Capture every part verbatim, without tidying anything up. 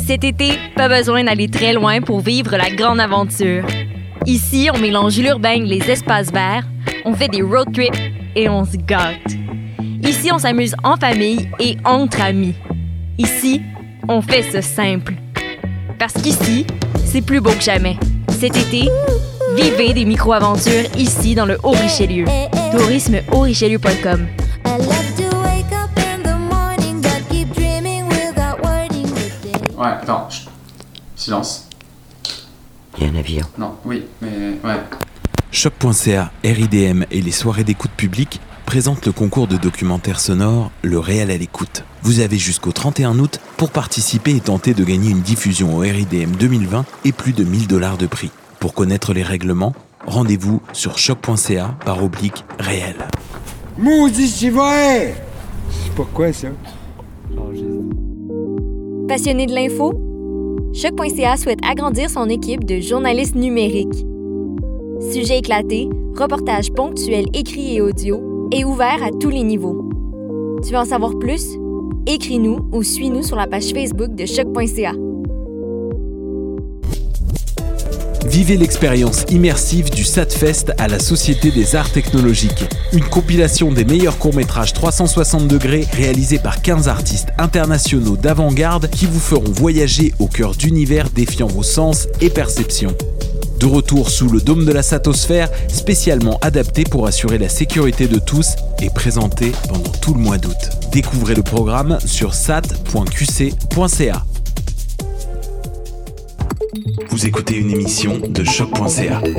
Cet été, pas besoin d'aller très loin pour vivre la grande aventure. Ici, on mélange l'urbain et les espaces verts, on fait des road trips et on se gâte. Ici, on s'amuse en famille et entre amis. Ici, on fait ce simple. Parce qu'ici, c'est plus beau que jamais. Cet été, vivez des micro-aventures ici dans le Haut-Richelieu. tourisme haut richelieu point com. Ouais, attends, chut. Silence. Il y a un avion. Non, oui, mais ouais. Choc point C A, R I D M et les soirées d'écoute publique présentent le concours de documentaire sonore Le Réel à l'écoute. Vous avez jusqu'au trente et un août pour participer et tenter de gagner une diffusion au R I D M deux mille vingt et plus de mille dollars de prix. Pour connaître les règlements, rendez-vous sur choc point C A par oblique réel. Maudit, c'est vrai! C'est pas quoi ça? Passionné de l'info? choc point C A souhaite agrandir son équipe de journalistes numériques. Sujets éclatés, reportages ponctuels écrits et audio et ouverts à tous les niveaux. Tu veux en savoir plus? Écris-nous ou suis-nous sur la page Facebook de choc point C A. Vivez l'expérience immersive du SatFest à la Société des Arts Technologiques. Une compilation des meilleurs courts-métrages trois cent soixante degrés réalisés par quinze artistes internationaux d'avant-garde qui vous feront voyager au cœur d'univers défiant vos sens et perceptions. De retour sous le dôme de la Satosphère, spécialement adapté pour assurer la sécurité de tous et présenté pendant tout le mois d'août. Découvrez le programme sur sat point q c point c a. Vous écoutez une émission de choc point C A.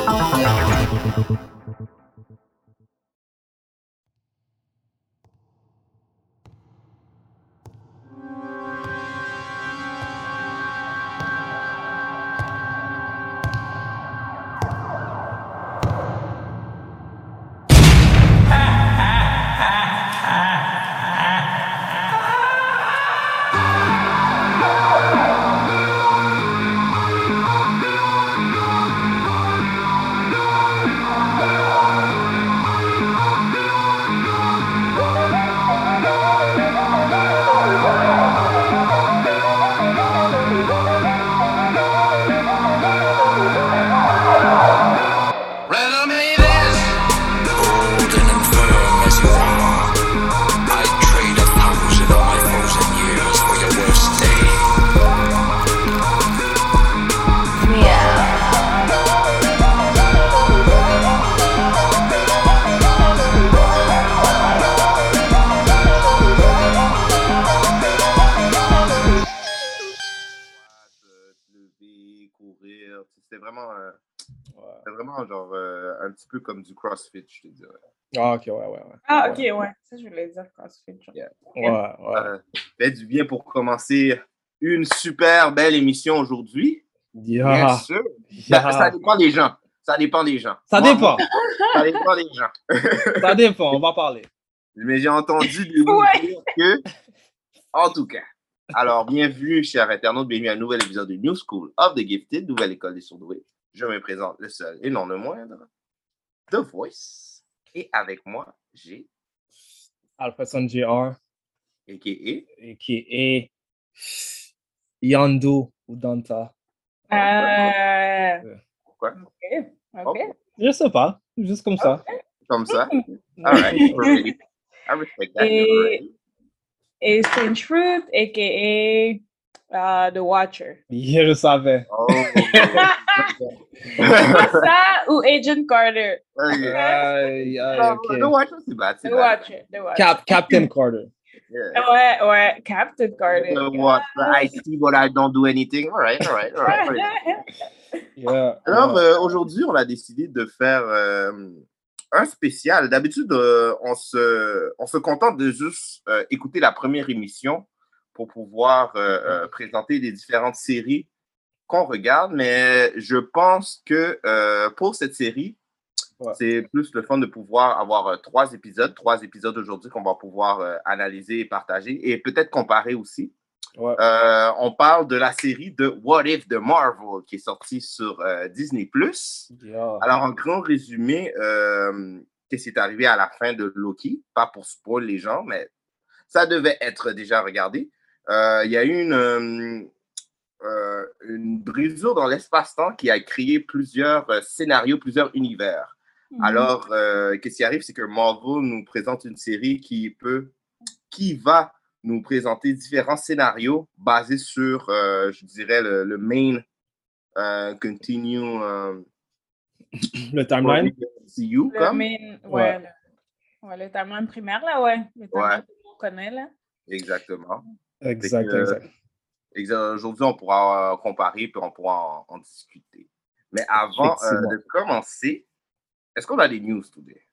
Peu comme du CrossFit, je te dirais. Ah, ok, ouais, ouais, ouais. Ah, ok, ouais. Ça, je voulais dire CrossFit. Yeah. Ouais, ouais. Euh, fait du bien pour commencer une super belle émission aujourd'hui. Yeah. Bien sûr. Yeah. Ça, ça dépend des gens. Ça dépend des gens. Ça Moi, dépend. moi, ça dépend des gens. Ça dépend, on va parler. Mais j'ai entendu de vous Ouais. dire que, en tout cas, alors, bienvenue, chers internautes, bienvenue à un nouvel épisode de New School of the Gifted, nouvelle école des surdoués. Je me présente le seul et non le moindre, The Voice. Et avec moi, j'ai Alphason J R, a k a a k a. Yando ou Danta. Euh... Pourquoi? Ok, ok. Ok. Je sais pas, juste comme ça. Comme ça? All right. We're ready. I respect that. Et- You're ready. Et Strange Fruit, a k a uh, The Watcher. Yeah, je savais. Oh, Ça ou Agent Carter? okay. Aïe, aïe, No, ok. The Watcher, c'est bad. C'est The bad. Watcher, The Watcher. Cap, Captain Carter. Yeah. Ouais, ouais, Captain Carter. The Watcher. I see, but I don't do anything. All right, all right, all right. all right. Yeah. Alors, yeah. euh, aujourd'hui, on a décidé de faire euh, un spécial. D'habitude, euh, on, se, on se contente de juste euh, écouter la première émission pour pouvoir euh, euh, présenter les différentes séries qu'on regarde. Mais je pense que euh, pour cette série, Ouais. c'est plus le fun de pouvoir avoir euh, trois épisodes. Trois épisodes aujourd'hui qu'on va pouvoir euh, analyser et partager et peut-être comparer aussi. Ouais. Euh, on parle de la série de What If de Marvel qui est sortie sur euh, Disney plus. Yeah. Alors, en grand résumé, euh, qu'est-ce qui est arrivé à la fin de Loki? Pas pour spoiler les gens, mais ça devait être déjà regardé. Euh, Il y a eu une, euh, une brisure dans l'espace-temps qui a créé plusieurs euh, scénarios, plusieurs univers. Mm-hmm. Alors, euh, qu'est-ce qui arrive, c'est que Marvel nous présente une série qui peut, qui va nous présenter différents scénarios basés sur, euh, je dirais, le, le main euh, continue. Euh, le timeline. C U, le comme. Main, ouais, ouais. Le, ouais, le timeline primaire, là, ouais. Le timeline ouais. que l'on connaît, là. Exactement. Exact, que, exact. Euh, aujourd'hui, on pourra euh, comparer puis on pourra en, en discuter. Mais avant euh, de commencer, est-ce qu'on a des news today?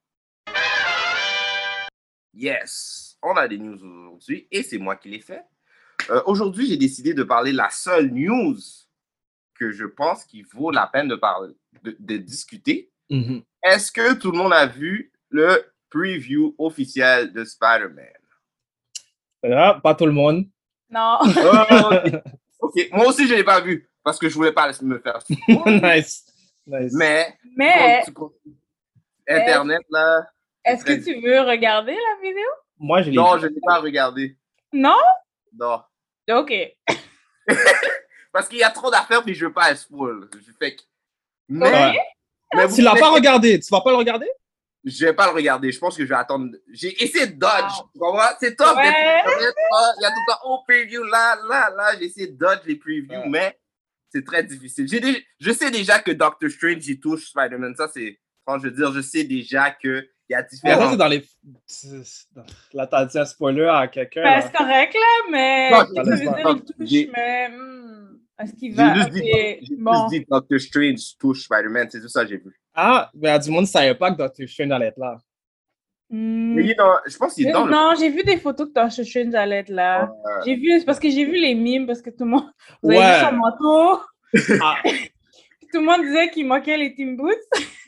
Yes, on a des news aujourd'hui et c'est moi qui les fais. Euh, aujourd'hui, j'ai décidé de parler de la seule news que je pense qu'il vaut la peine de parler, de, de discuter. Mm-hmm. Est-ce que tout le monde a vu le preview officiel de Spider-Man? Ah, pas tout le monde. Non. Oh, okay. OK, moi aussi, je ne l'ai pas vu parce que je ne voulais pas me faire nice. nice. Mais, Mais tu, tu, Internet, là... Est-ce que tu veux regarder la vidéo? Moi, je l'ai Non, vu. je ne l'ai pas regardé. Non? Non. OK. Parce qu'il y a trop d'affaires et je ne veux pas être spoil. Je fais que... Mais, ouais. mais tu ne l'as pas regardé. Tu ne vas pas le regarder? Je ne vais pas le regarder. Je pense que je vais attendre. J'ai essayé de dodge. Wow. Tu comprends? C'est top. Ouais. Il y a tout le temps oh, preview là, là, là. J'ai essayé de dodge les previews, ouais. Mais c'est très difficile. J'ai déjà... Je sais déjà que Doctor Strange, il touche Spider-Man. Ça, c'est... Enfin, je veux dire, je sais déjà qu'il y a différents... Ouais, c'est dans les... Là, t'as dit un spoiler à quelqu'un. Ben, c'est correct, là, mais... Non, ça veut dire il touche, j'ai... mais... Hmm, est-ce qu'il va... J'ai juste okay. dit, j'ai bon. juste dit Doctor Strange touche Spider-Man. C'est tout ça que j'ai vu. Ah, mais ben, du monde ne savait pas que Doctor Strange allait être là. Mm. Mais il est dans, je pense qu'il est dans Non, le... j'ai vu des photos que Doctor Strange allait être là. Ouais. J'ai vu, parce que j'ai vu les mimes, parce que tout le monde... Vous avez ouais. vu son manteau. Ah. Tout le monde disait qu'il manquait les Team Boots.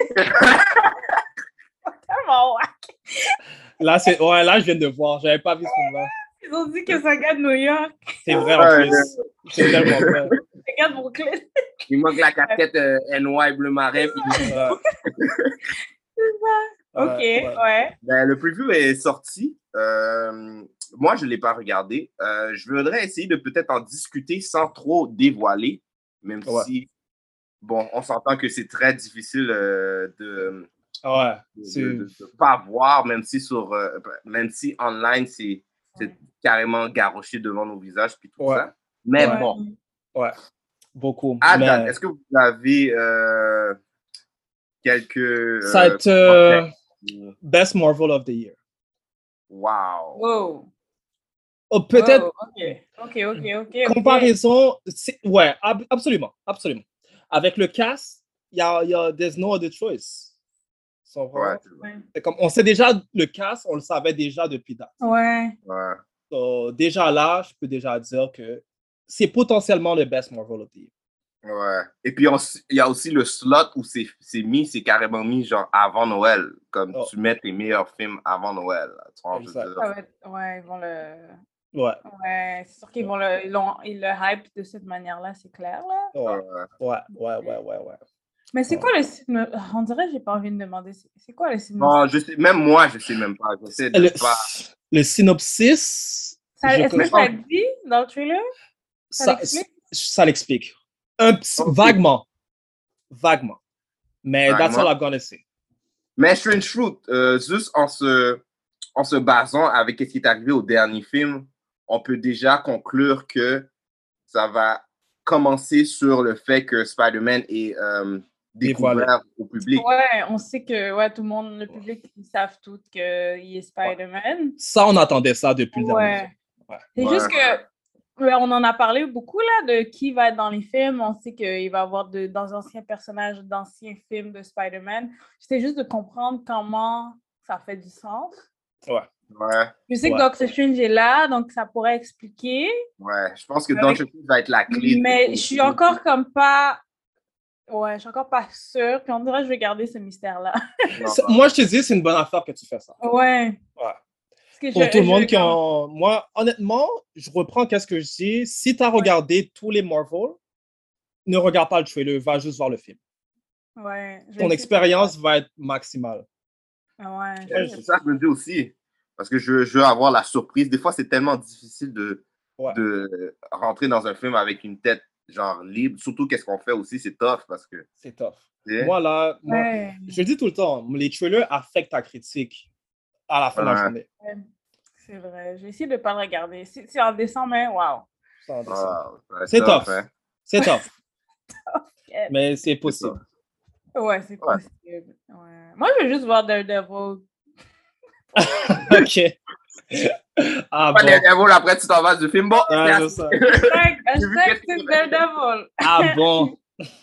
Tellement wack. Là, c'est... Ouais, là, je viens de voir. J'avais pas vu ce film-là. Ils ont dit que ça garde New York. C'est vrai, en ouais, plus. Ouais. C'est tellement vrai. Ça garde Brooklyn. Il manque la casquette euh, N Y bleu marin. Puis... c'est ça. OK, ouais. ouais. Ben, le preview est sorti. Euh, moi, je ne l'ai pas regardé. Euh, je voudrais essayer de peut-être en discuter sans trop dévoiler, même ouais. si, bon, on s'entend que c'est très difficile euh, de ouais, ne pas voir, même si, sur, euh, même si online, c'est ouais. carrément garoché devant nos visages puis tout ouais. ça. Mais ouais. bon. Ouais, beaucoup. Adam, mais... est-ce que vous avez euh, quelques... Ça va être euh, Best Marvel of the Year. Wow. Wow. Oh, peut-être... Wow. OK, OK, OK, OK. Comparaison... Okay. Ouais, ab- absolument, absolument. Avec le cast, il y a, y a... There's no other choice. So, ouais, ouais. C'est comme, on sait déjà le cast, on le savait déjà depuis date. Ouais. Ouais. So, déjà là, je peux déjà dire que c'est potentiellement le Best Marvel of the Year. Ouais. Et puis, il y a aussi le slot où c'est, c'est mis, c'est carrément mis genre avant Noël. Comme oh. tu mets tes meilleurs films avant Noël. Là, tu vois, ça va être, ouais, ils vont le... Ouais. Ouais, c'est sûr qu'ils vont le, ils l'ont, ils le hype de cette manière-là, c'est clair, là. Ouais, ouais, ouais, ouais, ouais, ouais. Mais c'est ouais. quoi le cinéma? On dirait que j'ai pas envie de demander. C'est quoi le cinéma? Non, je sais, même moi, je sais même pas. Je sais de le, pas... le synopsis... Ça, est-ce que ça dit dans le trailer? Ça, ça l'explique? Ça l'explique. Un petit, okay. Vaguement. Vaguement. Mais Vaguement. That's all I'm gonna say. Mais Strange Fruit, euh, juste en se, en se basant avec ce qui est arrivé au dernier film, on peut déjà conclure que ça va commencer sur le fait que Spider-Man est euh, découvert au public. Ouais, on sait que ouais, tout le monde, le public, ils savent tous qu'il est Spider-Man. Ça, on attendait ça depuis le ouais. dernier. Ouais. C'est ouais. juste que ouais, on en a parlé beaucoup là, de qui va être dans les films. On sait qu'il va y avoir de, d'anciens personnages, d'anciens films de Spider-Man. C'était juste de comprendre comment ça fait du sens. Ouais. Ouais. Je sais ouais. que Doctor Strange est là, donc ça pourrait expliquer. Ouais, je pense que Doctor Strange va être la clé. Mais je suis encore comme pas... Ouais, je suis encore pas sûre. Puis on dirait que je vais garder ce mystère-là. Moi, je te dis, c'est une bonne affaire que tu fais ça. Ouais. Ouais. Pour je, tout le monde je... qui en... Moi, honnêtement, je reprends qu'est-ce que je dis. Si tu as regardé ouais. tous les Marvel, ne regarde pas le trailer, va juste voir le film. Ouais. Ton expérience va être maximale. Ouais. ouais c'est ça que je me dis aussi. Parce que je, je veux avoir la surprise. Des fois, c'est tellement difficile de, ouais. de rentrer dans un film avec une tête genre libre. Surtout, qu'est-ce qu'on fait aussi, c'est tough parce que. C'est tough. Yeah. Moi, là, moi, Ouais. je le dis tout le temps, les trailers affectent ta critique à la fin de la Ouais. journée. Ouais, c'est vrai. Je vais essayer de ne pas le regarder. C'est c'est en décembre, mais waouh. Ça, en décembre. Wow, C'est tough, tough. hein. C'est tough. Yeah. Mais c'est possible. Ouais, c'est Ouais. possible. Ouais. Moi, je veux juste voir Daredevil. OK. Ah Pas bon. Daredevil, après tu t'en vas du film. Bon, Ah, c'est c'est assez. ça. Hashtag, J'ai vu hashtag que- Team Daredevil. Ah bon.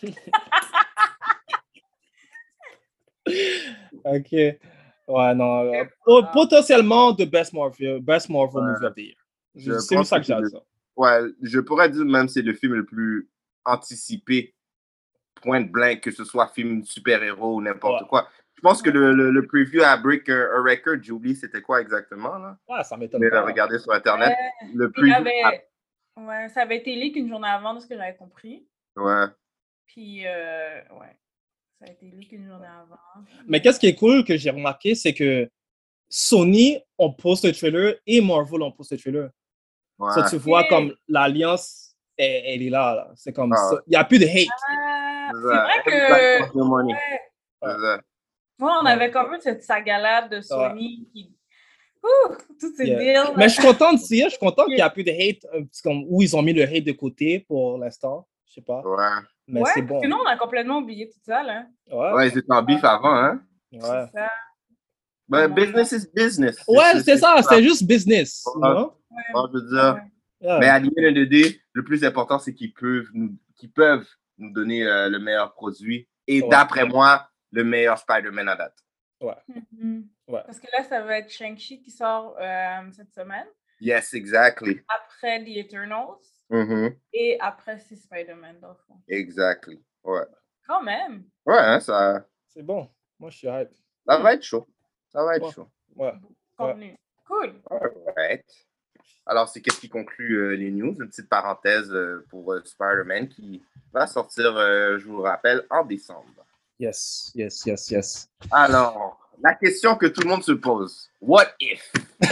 OK. Ouais, non. euh, po- potentiellement, the best Marvel, best Marvel Ouais. movie of the year. Je C'est pense juste ça que que j'ai à c'est le- dire. Ouais, je pourrais dire même que c'est le film le plus anticipé, point blank, que ce soit film super-héros ou n'importe Ouais. quoi. Je pense que le, le, le preview à Break a, a Record, j'ai oublié c'était quoi exactement, là. Ouais, ça m'étonne Mais pas. regardez sur Internet. Ouais. Le Il preview. avait... ouais, ça avait été leak une journée avant, de ce que j'avais compris. Ouais. Puis, euh, ouais, ça a été leak une journée avant. Mais qu'est-ce qui est cool que j'ai remarqué, c'est que Sony, on poste le trailer et Marvel, on poste le trailer. Ouais. Ça, tu vois Ok. comme l'alliance, elle, elle est là. là. C'est comme Ah ça. ouais. Il n'y a plus de hate. Ah, C'est c'est ça. vrai Everybody que... wants your money. ouais. C'est Ouais. ça. Moi, on Ouais. avait couvert cette saga-là de Sony qui... Ouh, toutes ces Yeah. deals. Mais je suis content de dire, je suis content qu'il n'y a plus de hate, euh, c'est comme où ils ont mis le hate de côté pour l'instant. Je sais pas. Ouais. Mais Ouais, c'est parce bon. que nous, on a complètement oublié tout ça, là. Ouais. Ouais, ils étaient en bif avant, hein. Ouais. C'est ça. Ben, Comment business is business. Ouais, c'est ça, c'était juste business. you Ouais. know? Ouais. Bon, je veux dire. Ouais. Yeah. Mais à l'I N D D, le plus important, c'est qu'ils peuvent nous, qu'ils peuvent nous donner euh, le meilleur produit. Et Ouais. d'après moi, le meilleur Spider-Man à date. Mhm. Ouais. Parce que là, ça va être Shang-Chi qui sort euh, cette semaine. Yes, exactly. Après The Eternals. Mhm. Et après, c'est Spider-Man, dans le fond. Exactly. Ouais. Quand même. Ouais, hein, ça, C'est bon. Moi, je suis hype. ça va être chaud. Ça va être Ouais. chaud. Ouais. Contenu. Cool. Alright. Alors, c'est qu'est-ce qui conclut euh, les news. Une petite parenthèse euh, pour euh, Spider-Man qui va sortir, euh, je vous rappelle, en décembre. Yes, yes, yes, yes. Alors, la question que tout le monde se pose. What if?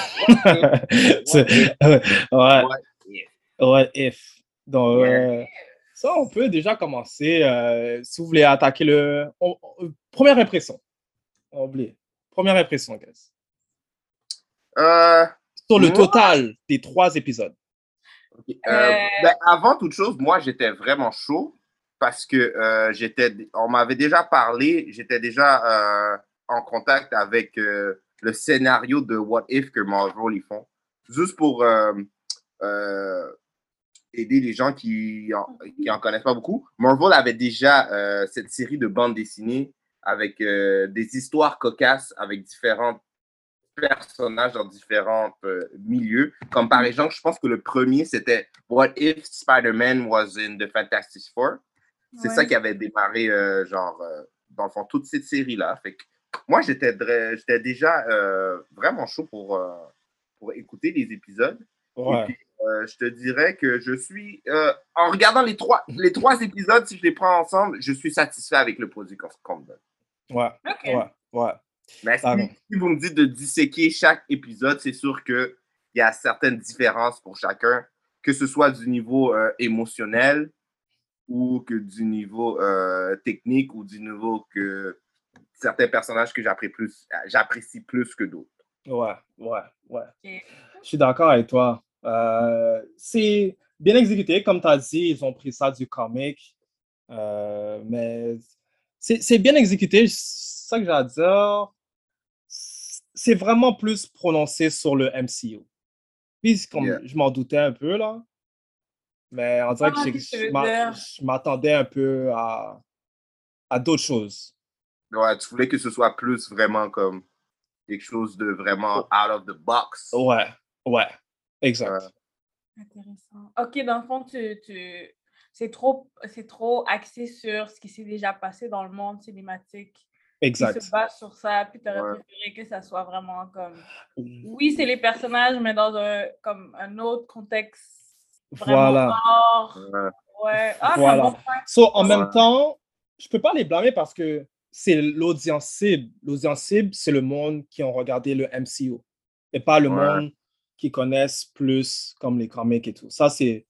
C'est- ouais. What if? What if? Donc, Yeah. euh, ça, on peut déjà commencer. Euh, si vous voulez attaquer le. on- on- première impression. On oublie. Première impression, guys. Euh, Sur le Moi? total des trois épisodes. Euh, Euh, ben, avant toute chose, moi, j'étais vraiment chaud parce que euh, j'étais, on m'avait déjà parlé, j'étais déjà euh, en contact avec euh, le scénario de What If que Marvel ils font. Juste pour euh, euh, aider les gens qui en, qui en connaissent pas beaucoup. Marvel avait déjà euh, cette série de bandes dessinées avec euh, des histoires cocasses avec différents personnages dans différents euh, milieux. Comme par exemple, je pense que le premier, c'était What If Spider-Man was in the Fantastic Four? C'est Ouais. ça qui avait démarré, euh, genre, euh, dans le fond, toute cette série-là. Fait que moi, j'étais dr- j'étais déjà euh, vraiment chaud pour, euh, pour écouter les épisodes. Et Ouais. puis, euh, je te dirais que je suis, euh, en regardant les trois, les trois épisodes, si je les prends ensemble, je suis satisfait avec le produit qu'on qu'on me donne. Ouais. OK. Ouais. Ouais. Mais si, Pardon. si vous me dites de disséquer chaque épisode, c'est sûr qu'il y a certaines différences pour chacun, que ce soit du niveau euh, émotionnel ou que du niveau euh, technique ou du niveau que certains personnages que j'apprécie plus, j'apprécie plus que d'autres. Ouais. Ouais. Ouais. OK. Je suis d'accord avec toi. Euh, c'est bien exécuté, comme tu as dit, ils ont pris ça du comic. Euh, mais c'est c'est bien exécuté, c'est ça que j'ai à dire. C'est vraiment plus prononcé sur le M C U. Puis, c'est comme Yeah. je m'en doutais un peu, là. Mais on dirait que Ah, j'ai- qu'est-ce que tu je veux m'a- dire? je m'attendais un peu à, à d'autres choses. Ouais, tu voulais que ce soit plus vraiment comme quelque chose de vraiment out of the box. Ouais, ouais, exact. Ouais. Intéressant. OK, dans le fond, tu, tu... c'est trop, c'est trop axé sur ce qui s'est déjà passé dans le monde cinématique. Qui Exact. se base sur ça, puis tu aurais Ouais. préféré que ça soit vraiment comme... Oui, c'est les personnages, mais dans un, comme un autre contexte vraiment Voilà. hors. Ouais. Ouais. Ah, c'est un Voilà. bon point. So, en Ouais. même temps, je peux pas les blâmer parce que c'est l'audience cible. L'audience cible, c'est le monde qui ont regardé le M C U et pas le Ouais. monde qui connaissent plus comme les comics et tout. Ça, c'est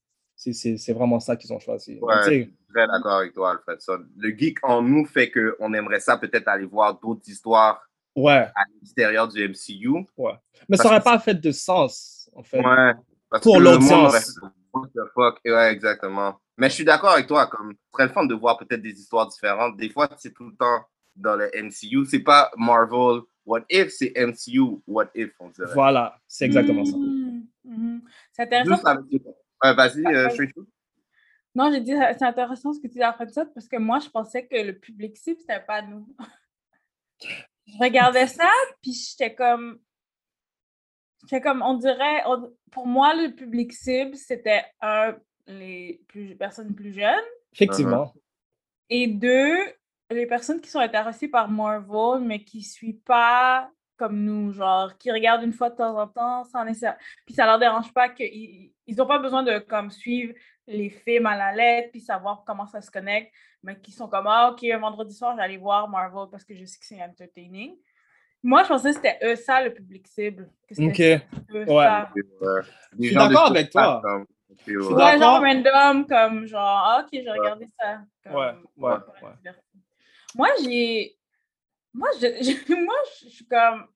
C'est, c'est, c'est vraiment ça qu'ils ont choisi. Ouais, Mais, je tu sais, suis très d'accord avec toi, Alfredson. Le geek en nous fait qu'on aimerait ça peut-être aller voir d'autres histoires ouais, à l'extérieur du M C U. ouais. Mais ça Parce n'aurait que, pas fait de sens, en fait, ouais, parce pour que le monde aurait fait l'audience. what the fuck. Et ouais, exactement. Mais je suis d'accord avec toi, comme ce serait le fun de voir peut-être des histoires différentes. Des fois, c'est tout le temps dans le M C U. C'est pas Marvel What If, c'est M C U What If, on dirait. Voilà, c'est exactement ça. Mhm, mhm. C'est intéressant. Juste avec... Ouais, vas-y, Ah, euh, vas-y. Straight Food. Non, j'ai dit, c'est intéressant ce que tu dis après ça, parce que moi, je pensais que le public cible, c'était pas nous. Je regardais ça, puis j'étais comme, j'étais comme, on dirait, on- pour moi, le public cible, c'était un, les plus, personnes plus jeunes, Effectivement. et deux, les personnes qui sont intéressées par Marvel, mais qui ne suivent pas comme nous, genre, qui regardent une fois de temps en temps, sans nécessaire- puis ça leur dérange pas qu'ils n'ont pas besoin de comme suivre les films à la lettre, puis savoir comment ça se connecte, mais qui sont comme, ah, ok, un vendredi soir, j'allais voir Marvel parce que je sais que c'est entertaining. Moi, je pensais que c'était eux, ça, le public cible. Que c'était Ok. eux, Ouais. ça. Euh, Je des suis gens de d'accord surface, avec toi. comme, ok, Je suis ouais. Ouais, d'accord. genre random, comme genre, ah, ok, j'ai regardé ça. Comme, Ouais, ouais, pour ouais. être diverti. Moi, j'ai. Moi, je, je- moi, je suis comme.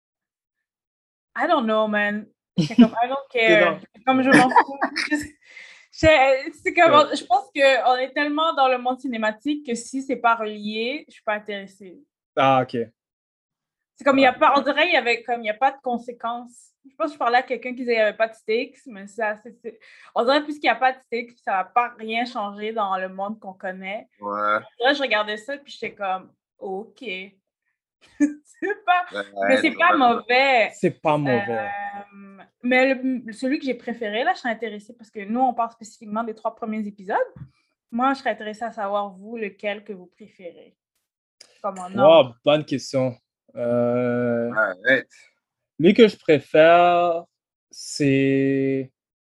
I don't know, man. C'est comme, I don't T'es care. dans- Comme je m'en fous. Je- je- C'est comme, Ouais. je pense qu'on est tellement dans le monde cinématique que si c'est pas relié, je suis pas intéressée. Ah, ok. C'est comme, il y Ouais. a pas, on dirait, il y avait comme, il y a pas de conséquences. Je pense que je parlais à quelqu'un qui disait qu'il n'y avait pas de stakes, mais ça, c'est, c'est- on dirait puisqu'il n'y a pas de stakes, ça va pas rien changer dans le monde qu'on connaît. Ouais. Là, je regardais ça, puis j'étais comme, OK. c'est pas, Ouais, mais c'est pas ouais. mauvais. C'est pas mauvais. Euh, mais le- celui que j'ai préféré, là, je serais intéressée parce que nous, on parle spécifiquement des trois premiers épisodes. Moi, je serais intéressée à savoir, vous, lequel que vous préférez. Comment non? Wow, bonne question. Euh, Ouais, ouais. Lui que je préfère, c'est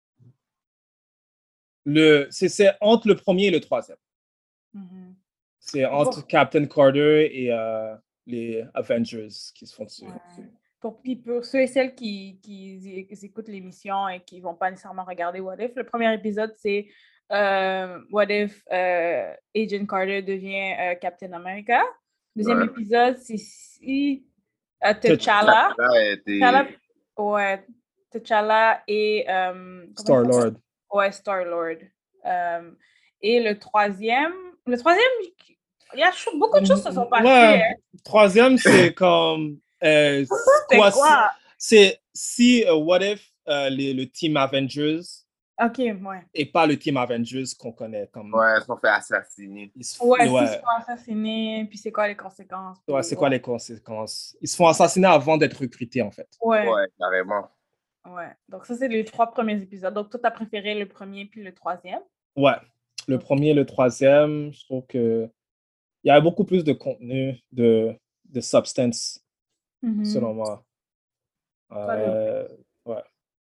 le, c'est, c'est entre le premier et le troisième. Mhm. C'est entre Captain Carter et euh, les Avengers qui se font dessus. Ouais. Pour, puis pour ceux et celles qui, qui, qui écoutent l'émission et qui ne vont pas nécessairement regarder What If, le premier épisode, c'est euh, What If euh, Agent Carter devient euh, Captain America. Deuxième Ouais. épisode, c'est si euh, T'Challa. T'Challa a été- T'Challa, ouais, T'Challa et euh, comment il Star-Lord. s'appelle? Ouais, Star-Lord. Euh, et le troisième, le troisième, il y a cho- beaucoup de choses se sont passées. Ouais. hein. Troisième, c'est comme. euh, C'est quoi, quoi? C'est si euh, What If euh, les- le team Avengers Ok, ouais. et pas le team Avengers qu'on connaît comme. Ouais, ils se sont fait assassiner. Ils se- Ouais, ouais. s'ils se font assassiner, puis c'est quoi les conséquences? Ouais, puis c'est quoi ouais. les conséquences? Ils se font assassiner avant d'être recrutés, en fait. Ouais, ouais. Ouais, carrément. Donc ça, c'est les trois premiers épisodes. Donc toi, t'as préféré le premier puis le troisième? Ouais. Le premier et le troisième, je trouve que il y a beaucoup plus de contenu, de, de substance, Mhm. selon moi. Toi, le- Euh, ouais.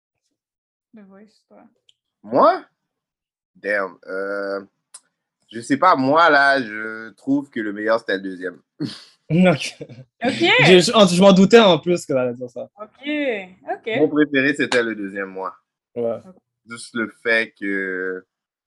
le voice, toi. Moi? Damn. Euh, je sais pas, moi, là, je trouve que le meilleur, c'était le deuxième. Ok. Ok, Je, je- je m'en doutais en plus que t'allais dire ça. ok, ok. Mon préféré, c'était le deuxième, moi. Ouais. Juste le fait que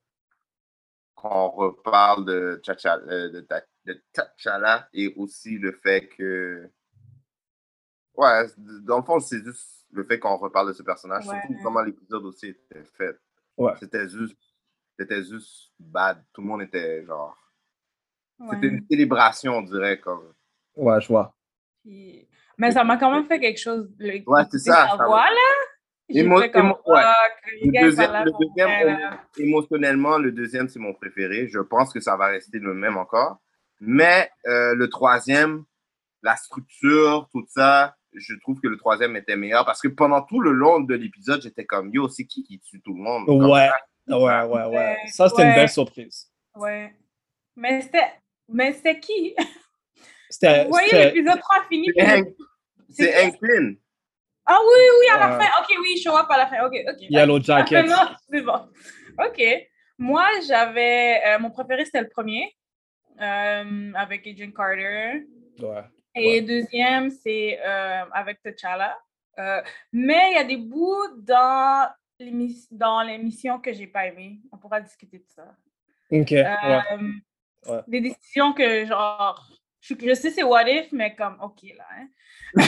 qu'on reparle de T'Challa, euh, de, Ta- de T'Challa et aussi le fait que ouais, dans le fond, c'est juste le fait qu'on reparle de ce personnage, Ouais. surtout comment l'épisode aussi était fait. Ouais. C'était juste c'était juste bad. Tout le monde était genre Ouais. c'était une célébration, on dirait, comme Ouais, je vois. Puis- Mais ça m'a quand même fait quelque chose. Le, Ouais, c'est d'écouter ça, sa ça voix, m'a- là. J'ai Émo- fait comme, émo- ouais. fuck, Le le gars est pas deuxième, là le pour deuxième, vrai, là. émo- émotionnellement, le deuxième, c'est mon préféré. Je pense que ça va rester le même encore. Mais euh, le troisième, la structure, tout ça, je trouve que le troisième était meilleur parce que pendant tout le long de l'épisode, j'étais comme, yo, c'est qui qui tue tout le monde? Comme Ouais. ça. Ouais, ouais, ouais. Ouais, Ça, c'était une ouais. belle surprise. Ouais. Mais c'était, mais c'était qui? C'était. Vous voyez, c'était- l'épisode trois fini. C'est puis- Hank, c'est qui? Hank Pym. Ah oui, oui, à la Ouais. fin. Ok, oui, show up à la fin. Ok, ok. Yellow Jacket. Non, c'est bon. Ok. Moi, j'avais. euh, mon préféré, c'était le premier, euh, avec Agent Carter. Ouais. Et Ouais. deuxième, c'est euh, avec T'Challa. Euh, mais il y a des bouts dans l'émis- dans l'émission que j'ai pas aimé. On pourra discuter de ça. Ok, Euh, ouais. Ouais. Des décisions que, genre, je, je sais c'est what if, mais comme, OK, là. Hein.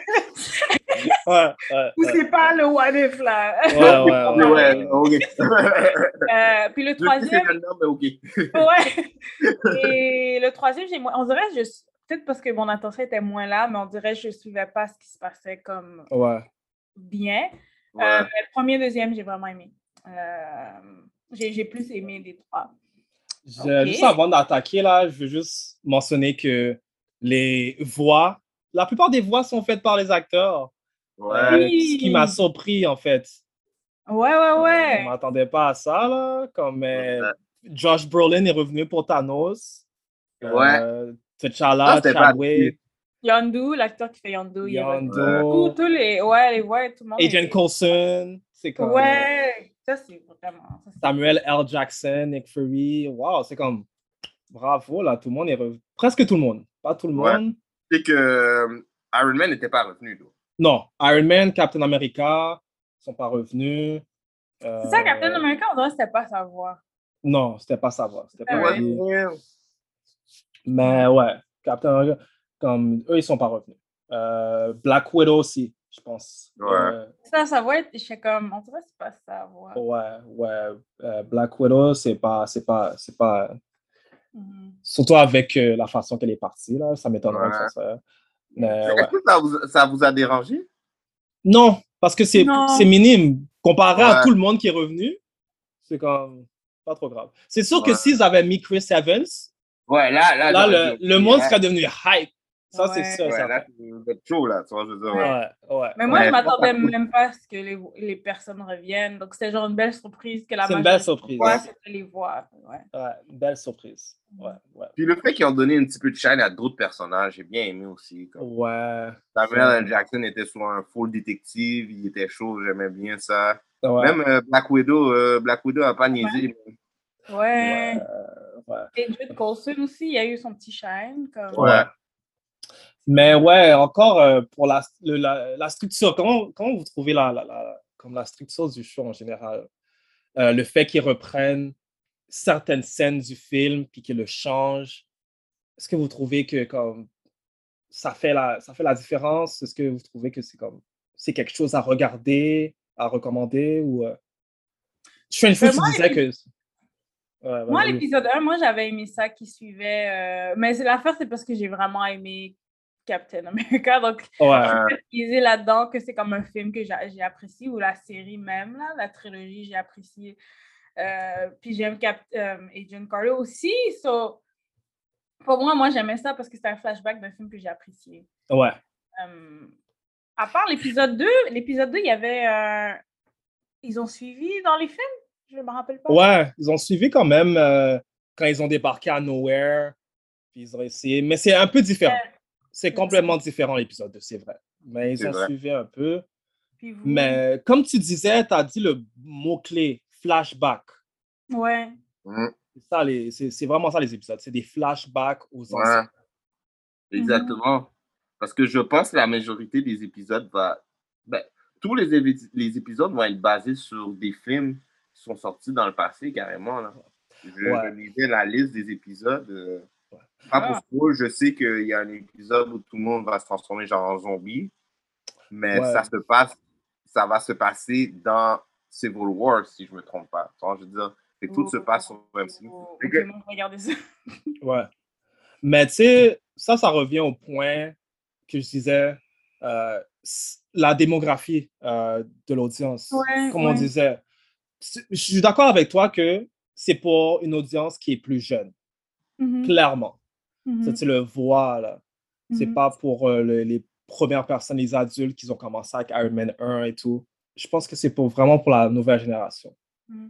Ouais, ouais, Ou ouais. c'est pas le what if, là. Ouais, ouais, Mais ouais. ouais, ok. Euh, puis le Je sais troisième, c'est maintenant, mais ok. ouais. Et le troisième, j'ai moins. On dirait, je peut-être parce que mon attention était moins là, mais on dirait que je suivais pas ce qui se passait comme Ouais. bien. Ouais. Euh, mais le premier, deuxième, j'ai vraiment aimé. Euh, j'ai, j'ai plus aimé des trois. Je- Ok. Juste avant d'attaquer, là, je veux juste mentionner que les voix, la plupart des voix sont faites par les acteurs. Ouais. Euh, ce qui m'a surpris, en fait. Ouais, ouais, ouais. Je ne m'attendais pas à ça, là. Comme euh, Ouais. Josh Brolin est revenu pour Thanos. Ouais. Euh, Ça, T'Challa, c'était pas Chadwick, Yondu, l'acteur qui fait Yondu, il est revenu. Tous, Yondu, tous les, ouais, les voix, tout le monde. Agent est- Coulson. C'est comme Ouais, ça c'est vraiment. Ça, c'est- Samuel L. Jackson, Nick Fury. Wow, c'est comme bravo, là. Tout le monde est revenu. Presque tout le monde. Pas tout le Ouais. monde. C'est que euh, Iron Man n'était pas revenu, là. Non, Iron Man, Captain America sont pas revenus. Euh, C'est ça, Captain America, on dirait que c'était pas sa voix. Non, c'était pas sa voix. C'était pas Ouais. lui. Ouais. Mais ouais, Captain America, comme eux, ils sont pas revenus. Euh, Black Widow aussi, je pense. Ouais. Euh, Ça, sa voix, j'étais comme, on dirait que c'est pas sa voix. ouais, ouais. Euh, Black Widow, c'est pas, c'est pas, c'est pas. Mhm. Surtout avec euh, la façon qu'elle est partie, là, ça m'étonnerait Ouais. que ça soit. Mais Est-ce ouais. que ça vous, ça vous a dérangé? Non, parce que c'est, Non. c'est minime. Comparé Ouais. à tout le monde qui est revenu, c'est comme pas trop grave. C'est sûr que Ouais. s'ils avaient mis Chris Evans, Ouais, là, là, là, j'aurais le, dit, le ok, monde là, serait devenu hype. Ça, c'est Ouais. sûr. Ouais, ça là, vous êtes chaud, là, tu vois, je veux dire, ouais. Ouais, ouais. Mais moi, Ouais, je m'attendais je pense même pas à ce que les, les personnes reviennent. Donc, c'était genre une belle surprise que la C'est une majorité belle surprise. des voix, c'était les voix. Ouais. Ouais, belle surprise. Ouais, ouais. Puis le fait qu'ils ont donné un petit peu de shine à d'autres personnages, j'ai bien aimé aussi. Comme Ouais. Samuel L. Jackson était sur un full détective, il était chaud, j'aimais bien ça. Ouais. Même euh, Black Widow, euh, Black Widow a pas niaisé. Ouais. Ouais. Ouais. Et Jude Coulson aussi, il a eu son petit shine. Comme... Ouais. Ouais. Mais ouais, encore euh, pour la, le- la, la structure, comment, comment vous trouvez la, la, la, comme la structure du show en général? Euh, le fait qu'ils reprennent certaines scènes du film puis qu'ils le changent, est-ce que vous trouvez que comme ça fait la, ça fait la différence? Est-ce que vous trouvez que c'est comme c'est quelque chose à regarder, à recommander ou euh... Strange Fruit, Mais tu moi, disais que ouais, Moi, vas-y. l'épisode un, moi, j'avais aimé ça qui suivait. euh, Mais c'est- l'affaire, c'est parce que j'ai vraiment aimé Captain America. Donc, Ouais. je suis utiliser là-dedans que c'est comme un film que j'ai j'ai apprécié, ou la série même, là, la trilogie, j'ai apprécié. Euh, puis j'aime Cap euh, Agent Carter aussi. So, pour moi, moi, j'aimais ça parce que c'était un flashback d'un film que j'ai apprécié. Ouais. Euh, à part l'épisode deux, l'épisode deux, il y avait. euh, Ils ont suivi dans les films? Je ne me rappelle pas. Ouais, ils ont suivi quand même euh, quand ils ont débarqué à Nowhere. Puis ils ont essayé. Mais c'est un peu différent. C'est complètement différent l'épisode deux, c'est vrai. Mais ils C'est ont vrai. suivi un peu. Puis vous? Mais comme tu disais, tu as dit le mot-clé, flashback. Ouais. Mm. C'est ça, les- C'est c'est vraiment ça les épisodes. C'est des flashbacks aux Ouais. anciens. Exactement. Parce que je pense que la majorité des épisodes va. Ben, tous les, évi- les épisodes vont être basés sur des films qui sont sortis dans le passé, carrément. Là. Je Ouais. lisais la liste des épisodes. euh, Ouais. Pas Ah. pour spoil, je sais qu'il y a un épisode où tout le monde va se transformer genre en zombie. Mais Ouais. ça se passe, ça va se passer dans Civil War, si je ne me trompe pas. Tu vois, je veux dire, et tout se passe sur M C U. Oh, Fait ok, que- bon, regardez ça. Ouais. Mais tu sais, ça, ça revient au point que je disais, euh, s- la démographie euh, de l'audience. Ouais, Comme on ouais. disait, c'est- je suis d'accord avec toi que c'est pour une audience qui est plus jeune, Mhm, clairement. mhm, Ça, tu le vois, là. C'est mhm. pas pour euh, le- les premières personnes, les adultes qui ont commencé avec Iron Man un et tout. Je pense que c'est pour, vraiment pour la nouvelle génération. Mhm.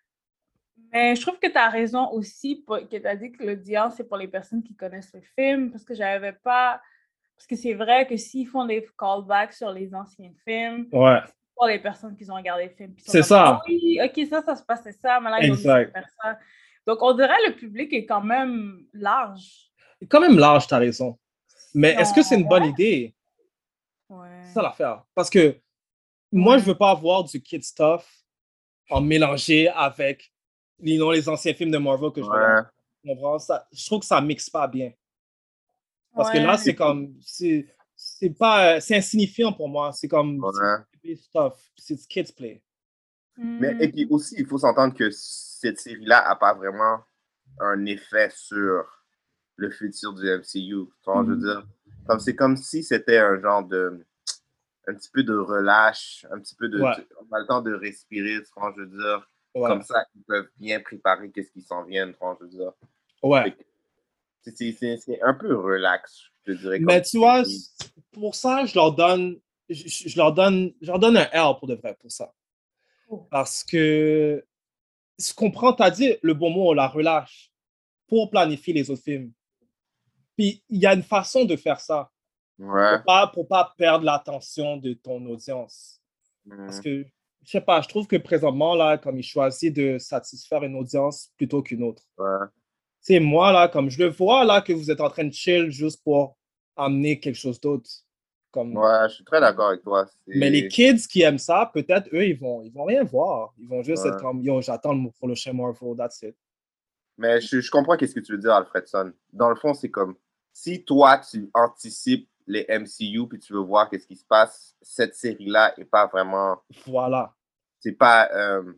Mais je trouve que tu as raison aussi, pour- que tu as dit que l'audience, c'est pour les personnes qui connaissent le film, parce que j'avais pas. Parce que c'est vrai que s'ils font des callbacks sur les anciens films, Ouais, c'est pour les personnes qui ont regardé le film. puis ils sont c'est comme, ça. Ah oui, ok, ça, ça se passait ça, mais là, ils ont dit Exact. faire ça. Donc, on dirait que le public est quand même large. C'est quand même large, tu as raison. Mais Si est-ce que c'est une on- bonne idée? Ouais. C'est ça l'affaire. Parce que moi, Ouais. je veux pas avoir du kid stuff en mélangé avec you know, les anciens films de Marvel que je regarde. Ouais. Tu comprends? Ça, je trouve que ça mixe pas bien. Parce que là, Ouais. c'est comme, c'est, c'est pas, c'est insignifiant pour moi. C'est comme, Ouais. c'est stuff, c'est kids play. Mais et puis aussi, il faut s'entendre que cette série-là a pas vraiment un effet sur le futur du M C U. Tu vois, je veux dire, comme c'est comme si c'était un genre de, un petit peu de relâche, un petit peu de, Ouais. on a le temps de respirer, tu vois, je veux dire. Ouais. Comme ça, ils peuvent bien préparer qu'est-ce qui s'en vient, tu vois, je veux dire. Ouais. Fait que C'est, c'est, c'est, c'est un peu relax, je te dirais. Mais comme tu vois, série. pour ça, je leur donne, je, je leur donne, je leur donne un L pour de vrai pour ça. Oh. Parce que je comprends, tu as dit le bon mot, la relâche, pour planifier les autres films. Puis il y a une façon de faire ça, Ouais. pour pas, pour pas perdre l'attention de ton audience. Parce Mm. que, je sais pas, je trouve que présentement, là, comme ils choisissent de satisfaire une audience plutôt qu'une autre. Ouais. C'est moi, là, comme je le vois, là, que vous êtes en train de chill juste pour amener quelque chose d'autre. Comme... Ouais, je suis très d'accord avec toi. C'est... Mais les kids qui aiment ça, peut-être, eux, ils vont, ils vont rien voir. Ils vont juste Ouais. être comme, yo, j'attends le prochain Marvel, that's it. Mais je, je comprends qu'est-ce que tu veux dire, Alfredson. Dans le fond, c'est comme, si toi, tu anticipes les M C U puis tu veux voir qu'est-ce qui se passe, cette série-là est pas vraiment... Voilà. C'est pas euh,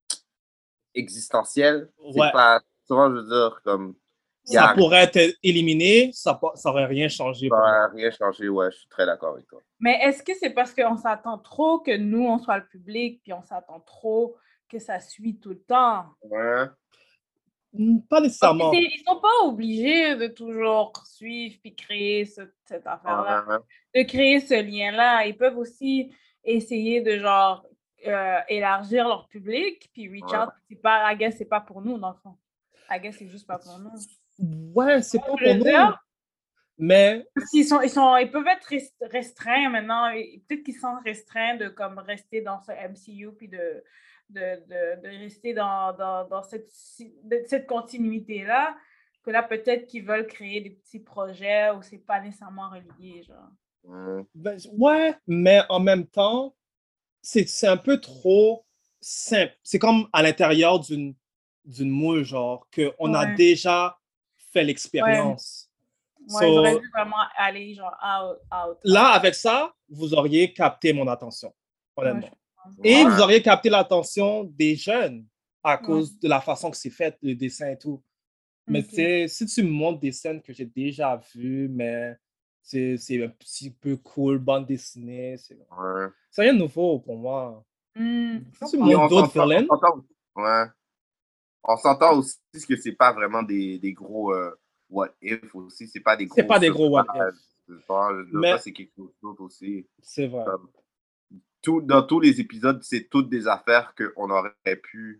existentiel. C'est Ouais. pas... Tu vois, je veux dire, comme... y Ça a- pourrait être éliminé, ça, pa- ça aurait rien changé Ça pour moi. n'a rien changé, ouais, je suis très d'accord avec toi. Mais est-ce que c'est parce qu'on s'attend trop que nous, on soit le public, puis on s'attend trop que ça suit tout le temps? Ouais. Mm, Pas Parce que nécessairement. c'est- ils sont pas obligés de toujours suivre puis créer ce- cette affaire-là, Ouais. de créer ce lien-là. Ils peuvent aussi essayer de genre euh, élargir leur public puis reach Ouais. out. C'est pas, I guess, c'est pas pour nous dans le fond. I guess c'est juste pas pour nous. Ouais, c'est pas Je pour veux nous. dire, Mais parce qu'ils sont, ils sont, ils peuvent être rest- restreints maintenant. et Peut-être qu'ils sont restreints de comme rester dans ce M C U puis de, de, de, de rester dans, dans, dans cette, si- de- cette continuité-là. Que là, peut-être qu'ils veulent créer des petits projets où c'est pas nécessairement relié, genre. Mm. ben, ouais, mais en même temps, c'est c'est un peu trop simple. C'est comme à l'intérieur d'une d'une moule, genre, qu'on a Ouais. déjà fait l'expérience. Ouais, So, ils auraient dû vraiment aller genre out, out. là, avec ça, vous auriez capté mon attention, Ouais, honnêtement. je- Et Ouais. vous auriez capté l'attention des jeunes à Ouais. cause de la façon que c'est fait, le dessin et tout. Mais Ok. tu sais, si tu me montres des scènes que j'ai déjà vues, mais c'est c'est un petit peu cool, bande dessinée, c'est Ouais. c'est rien de nouveau pour moi. Hmm, je Si tu me comprends. Puis montres on d'autres s'entend, on villains, s'entend, ouais. On s'entend aussi que c'est pas vraiment des, des gros euh, what if aussi, c'est pas des gros c'est pas des gros what surprises. if. Tu vois, je veux dire, Mais ça c'est quelque chose d'autre aussi. c'est vrai. Comme, tout, dans tous les épisodes, c'est toutes des affaires qu'on aurait pu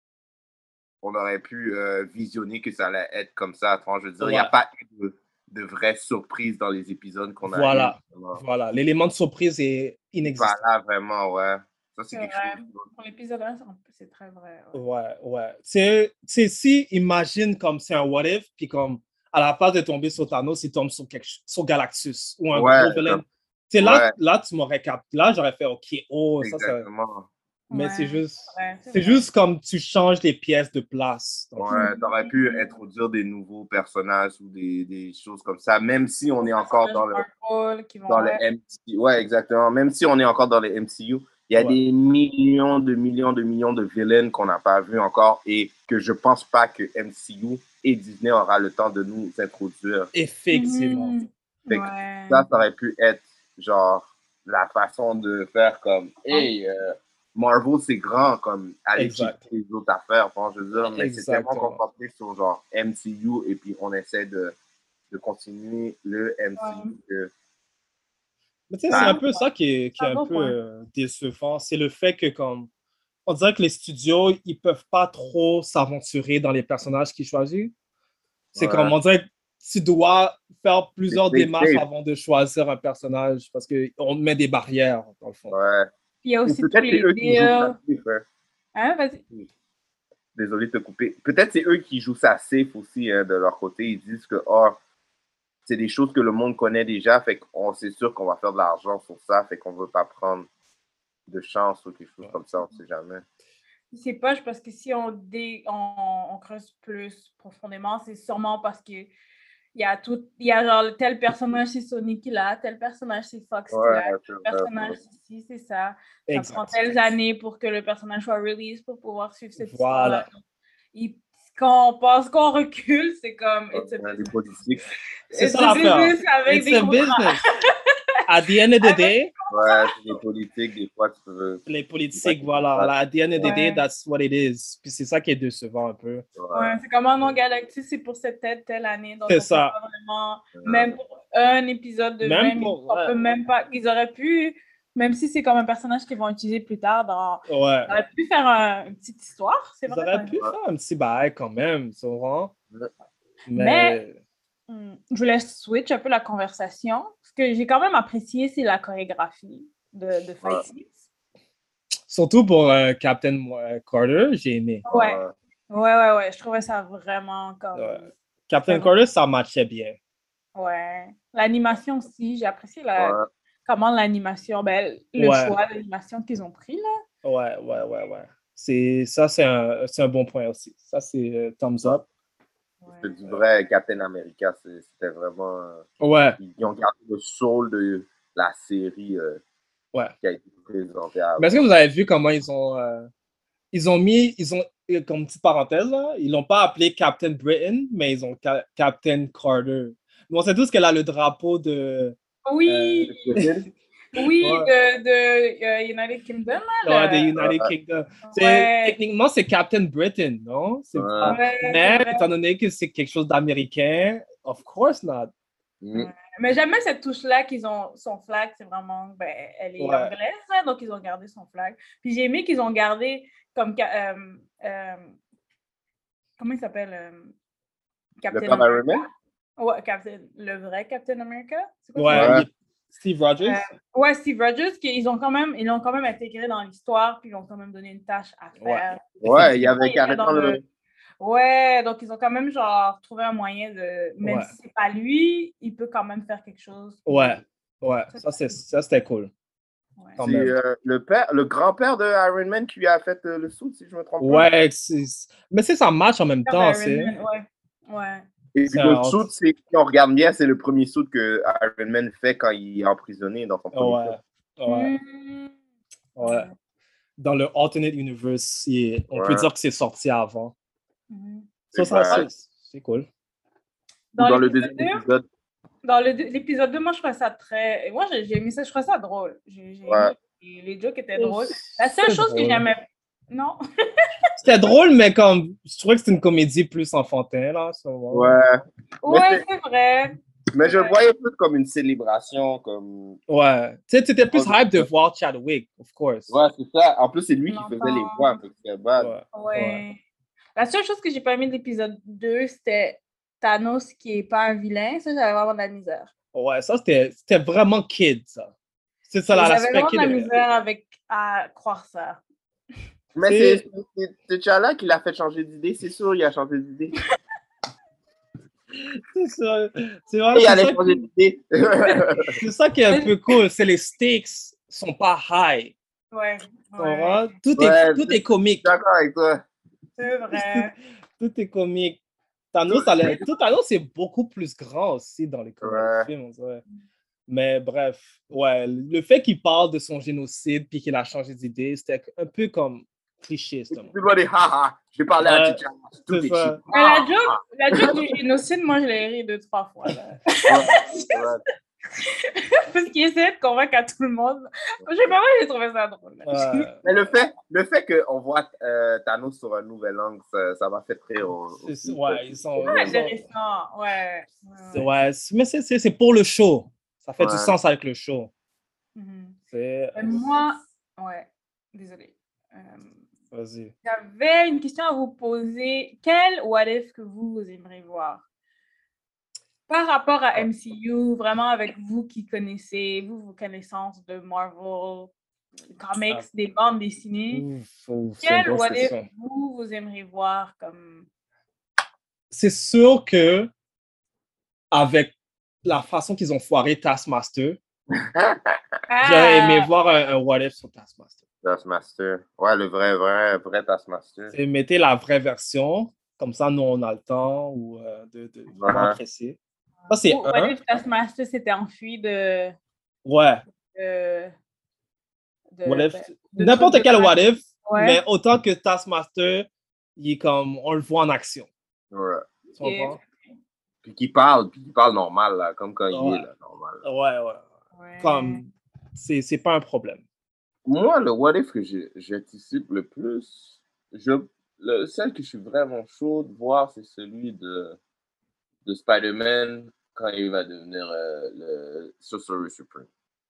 on aurait pu euh, visionner que ça allait être comme ça. Tu vois, je veux dire, il n'y a Ouais. pas eu de, de vraies surprises dans les épisodes qu'on a Voilà. eu. Voilà. Voilà. L'élément de surprise est C'est pas inexistant. là vraiment, ouais. Ça, c'est C'est quelque vrai. chose d'autre. Pour l'épisode un, c'est très vrai. ouais. Ouais, ouais. C'est, c'est si, imagine comme c'est un what if, puis comme à la place de tomber sur Thanos, il tombe sur, quelque, ch- sur Galactus ou un Ouais, gros villain. comme- Tu sais, là, ouais. là, tu m'aurais capté. Là, j'aurais fait OK, oh, ça, ça. Exactement. Mais Ouais, c'est juste, vrai, c'est c'est vrai. juste comme tu changes les pièces de place. Donc, Ouais, t'aurais pu introduire des nouveaux personnages ou des, des choses comme ça, même si on est encore dans le, Marvel qui vont dans le être- M C U. Ouais, exactement. Même si on est encore dans le M C U, il y a Ouais. des millions de millions de millions de villains qu'on n'a pas vus encore et que je pense pas que M C U et Disney aura le temps de nous introduire. effectivement. Mhm. Fait que Ouais. ça, ça aurait pu être genre la façon de faire comme hey, euh, Marvel c'est grand, comme aller Exact. checker les autres affaires, bon, je veux dire, mais c'est tellement Exactement. concentré sur genre M C U et puis on essaie de, de continuer le M C U. Que... Mais tu sais, Ah. c'est un peu ça qui est, qui est Un un bon peu point. euh, décevant. C'est le fait que, comme, on dirait que les studios, ils peuvent pas trop s'aventurer dans les personnages qu'ils choisissent. C'est Ouais. comme, on dirait que tu dois faire plusieurs C'est démarches safe. avant de choisir un personnage parce qu'on met des barrières, dans le fond. Ouais. Puis il y a Ou aussi tous peut-être c'est les eux qui jouent ça deals. safe. Hein. Hein, vas-y. Désolé de te couper. Peut-être c'est eux qui jouent ça safe aussi hein, de leur côté. Ils disent que oh, c'est des choses que le monde connaît déjà, fait qu'on c'est sûr qu'on va faire de l'argent sur ça, fait qu'on veut pas prendre de chance ou quelque chose comme ça, on sait jamais. c'est poche parce que si on, dé, on, on creuse plus profondément, c'est sûrement parce que il y a tout, il y a genre tel personnage c'est Sony qui l'a, tel personnage c'est Fox Ouais, qui l'a, c'est tel vrai. personnage ici c'est ça. Ça Exact. prend telles années pour que le personnage soit release pour pouvoir suivre cette Voilà. histoire-là. Il, quand on pense qu'on recule, c'est comme it's a Ouais, les business. politiques. C'est It's ça a l'affaire. business avec It's des a contrats. business. At the end of the Avec- day, Ouais, c'est les politiques, des fois, tu veux. les politiques, voilà. At the end of the day, Ouais. that's what it is. Puis c'est ça qui est décevant un peu. Ouais, c'est comme un Galactus, c'est pour cette telle, telle année. Donc, C'est on ça. peut pas vraiment, même pour un épisode de Même vingt minutes, pour- on ouais. peut même pas. Ils auraient pu, même si c'est comme un personnage qu'ils vont utiliser plus tard, dans, Ouais. ils auraient pu faire un- une petite histoire, c'est Ils vrai. auraient pu faire un petit bail quand même, tu vois. Ouais. Mais, Hmm, je voulais switch un peu la conversation. Ce que j'ai quand même apprécié, c'est la chorégraphie de, de Fight Ouais. Scenes. surtout pour euh, Captain euh, Carter, j'ai aimé. Ouais. Ouais, ouais, ouais. Je trouvais ça vraiment comme. Ouais. Captain Ouais. Carter, ça matchait bien. Ouais. L'animation aussi, j'ai apprécié la, Ouais. comment l'animation, ben, le Ouais. choix d'animation qu'ils ont pris, là. Ouais, ouais, ouais, ouais. C'est, ça, c'est un, c'est un bon point aussi. Ça, c'est euh, thumbs up. C'est du vrai Captain America. c'est- C'était vraiment. euh, Ouais, Ils ont gardé le soul de la série euh, ouais. qui a été présentée avant. Mais est-ce que vous avez vu comment ils ont, euh, ils ont mis, ils ont, euh, comme petite parenthèse, là, ils l'ont pas appelé Captain Britain, mais ils ont Ca- Captain Carter. Mais on sait tous qu'elle a le drapeau de, Oui, Euh, oui, ouais. de, de euh, United Kingdom, là. ouais, des le- United Ouais. Kingdom. C'est- Ouais. Techniquement, c'est Captain Britain, non? C'est Ouais. pas- Ouais, c'est Mais vrai. étant donné que c'est quelque chose d'américain, of course not. Mm. Mais j'aime bien cette touche-là qu'ils ont, son flag, c'est vraiment, ben, elle est Ouais. anglaise, là, donc ils ont gardé son flag. Puis j'ai aimé qu'ils ont gardé comme, ca- euh, euh, comment il s'appelle? euh, Le Captain père America. d'Iron Man? Ouais, Captain, le vrai Captain America. C'est quoi Ouais, son nom? Ouais. il- Steve Rogers. Euh, ouais, Steve Rogers, qui, ils ont quand même, ils l'ont quand même intégré dans l'histoire, puis ils ont quand même donné une tâche à faire. Ouais, il y Effectivement, avait il était dans carrément le. le- Ouais, donc ils ont quand même genre trouvé un moyen de, même Ouais. si c'est pas lui, il peut quand même faire quelque chose. Ouais, ouais, ça, c'est, ça c'était cool. Ouais. Quand C'est même. euh, le père, le grand-père de Iron Man qui lui a fait euh, le suit, si je me trompe pas. Ouais, c'est- mais c'est ça match en même Iron temps, c'est. Man, ouais. Ouais. Et C'est puis le un- suit, c'est, si on regarde bien, c'est le premier suit que Iron Man fait quand il est emprisonné dans son premier Ouais, film. ouais, Hmm. ouais. Dans le alternate universe, il- on peut Ouais. dire que c'est sorti avant. Mhm. Ça, C'est ça, vrai. c'est, c'est cool. Ou Dans, dans le l'épisode deuxième deux, épisode. dans le deux- l'épisode deux, moi je trouvais ça très. Moi j'ai j'ai aimé ça, je trouvais ça drôle. J'ai, j'ai Ouais. aimé, les, les jokes étaient drôles. La seule C'est chose que drôle. j'aimais. Non? C'était drôle, mais comme je trouvais que c'était une comédie plus enfantin, là. ça va. Ouais. Ouais, c'est- c'est vrai. Mais je le Ouais. voyais plus comme une célébration, comme. Ouais. Tu sais, t'étais plus Ouais. hype de voir Chadwick, of course. Ouais, c'est ça. En plus, c'est lui qui On faisait les entend. voix. Fait que c'était bad. Ouais. Ouais. La seule chose que j'ai pas aimé de l'épisode deux, c'était Thanos qui est pas un vilain. Ça, j'avais vraiment de la misère. Ouais, ça, c'était, c'était vraiment kid, ça. C'est ça, là, J'avais l'aspect vraiment de kid. la de- misère avec à croire ça. Mais C'est- c'est, c'est, c'est T'Challa qui l'a fait changer d'idée, c'est sûr, il a changé d'idée. C'est ça. C'est vrai, Il c'est allait ça changer qui- d'idée. c'est ça qui est un peu cool, c'est les stakes sont pas high. Ouais. Tu ouais. comprends? Tout, Ouais, est, tout c'est- est comique. D'accord avec toi. C'est vrai. Tout est comique. Thanos, ça l'est- tout Thanos, c'est beaucoup plus grand aussi dans les, dans les Ouais. films. on dirait. Mais bref, ouais, le fait qu'il parle de son génocide puis qu'il a changé d'idée, c'était un peu comme cliché, Et justement. puis, dit, haha, j'ai parlé à Ouais, T'Challa. Tout c'est est ça. cheap. Mais la joke, la joke du génocide, moi, je l'ai ri deux, trois fois. Là. Ouais. Parce qu'il essayait de convaincre à tout le monde. Je sais pas, moi, j'ai trouvé ça drôle. là. Ouais, Mais le fait, le fait qu'on voit euh, Thanos sur un nouvel angle, ça, ça m'a fait rire. au- c'est- aussi. ouais, ils sont. Ouais, ils sont- intéressant. Ouais. c'est- ouais. ouais, c'est- mais c'est- c'est c'est pour le show. Ça fait du Ouais. sens avec le show. Mhm. C'est. Euh, Moi, ouais, désolée. Euh, Vas-y. J'avais une question à vous poser. Quel what if que vous, vous aimeriez voir? Par rapport à M C U, vraiment avec vous qui connaissez, vous, vos connaissances de Marvel, comics, Ah. des bandes dessinées, Ouf, ouf, c'est une quel grosse what if question. vous, vous aimeriez voir comme... C'est sûr que avec la façon qu'ils ont foiré Taskmaster, j'aurais aimé Ah, voir un, un what if sur Taskmaster. Taskmaster. Ouais, le vrai, vrai, vrai Taskmaster. C'est mettez la vraie version, comme ça, nous, on a le temps ou, euh, de, de vraiment Ouais. apprécier. Ça, c'est What un. if Taskmaster s'était enfui de. Ouais. de, de, What if? ben, de N'importe trucs de quel what magie. if, Ouais. mais autant que Taskmaster, il est comme, on le voit en action. Ouais. Tu comprends? Puis qui parle, puis qui parle normal, là, comme quand il Ouais. est, là, normal. Ouais, ouais. Ouais. Comme, c'est, c'est pas un problème. Moi, le what if que j'ai- j'anticipe le plus, je, le, celle que je suis vraiment chaud de voir, c'est celui de, de Spider-Man quand il va devenir euh, le Sorcerer Supreme.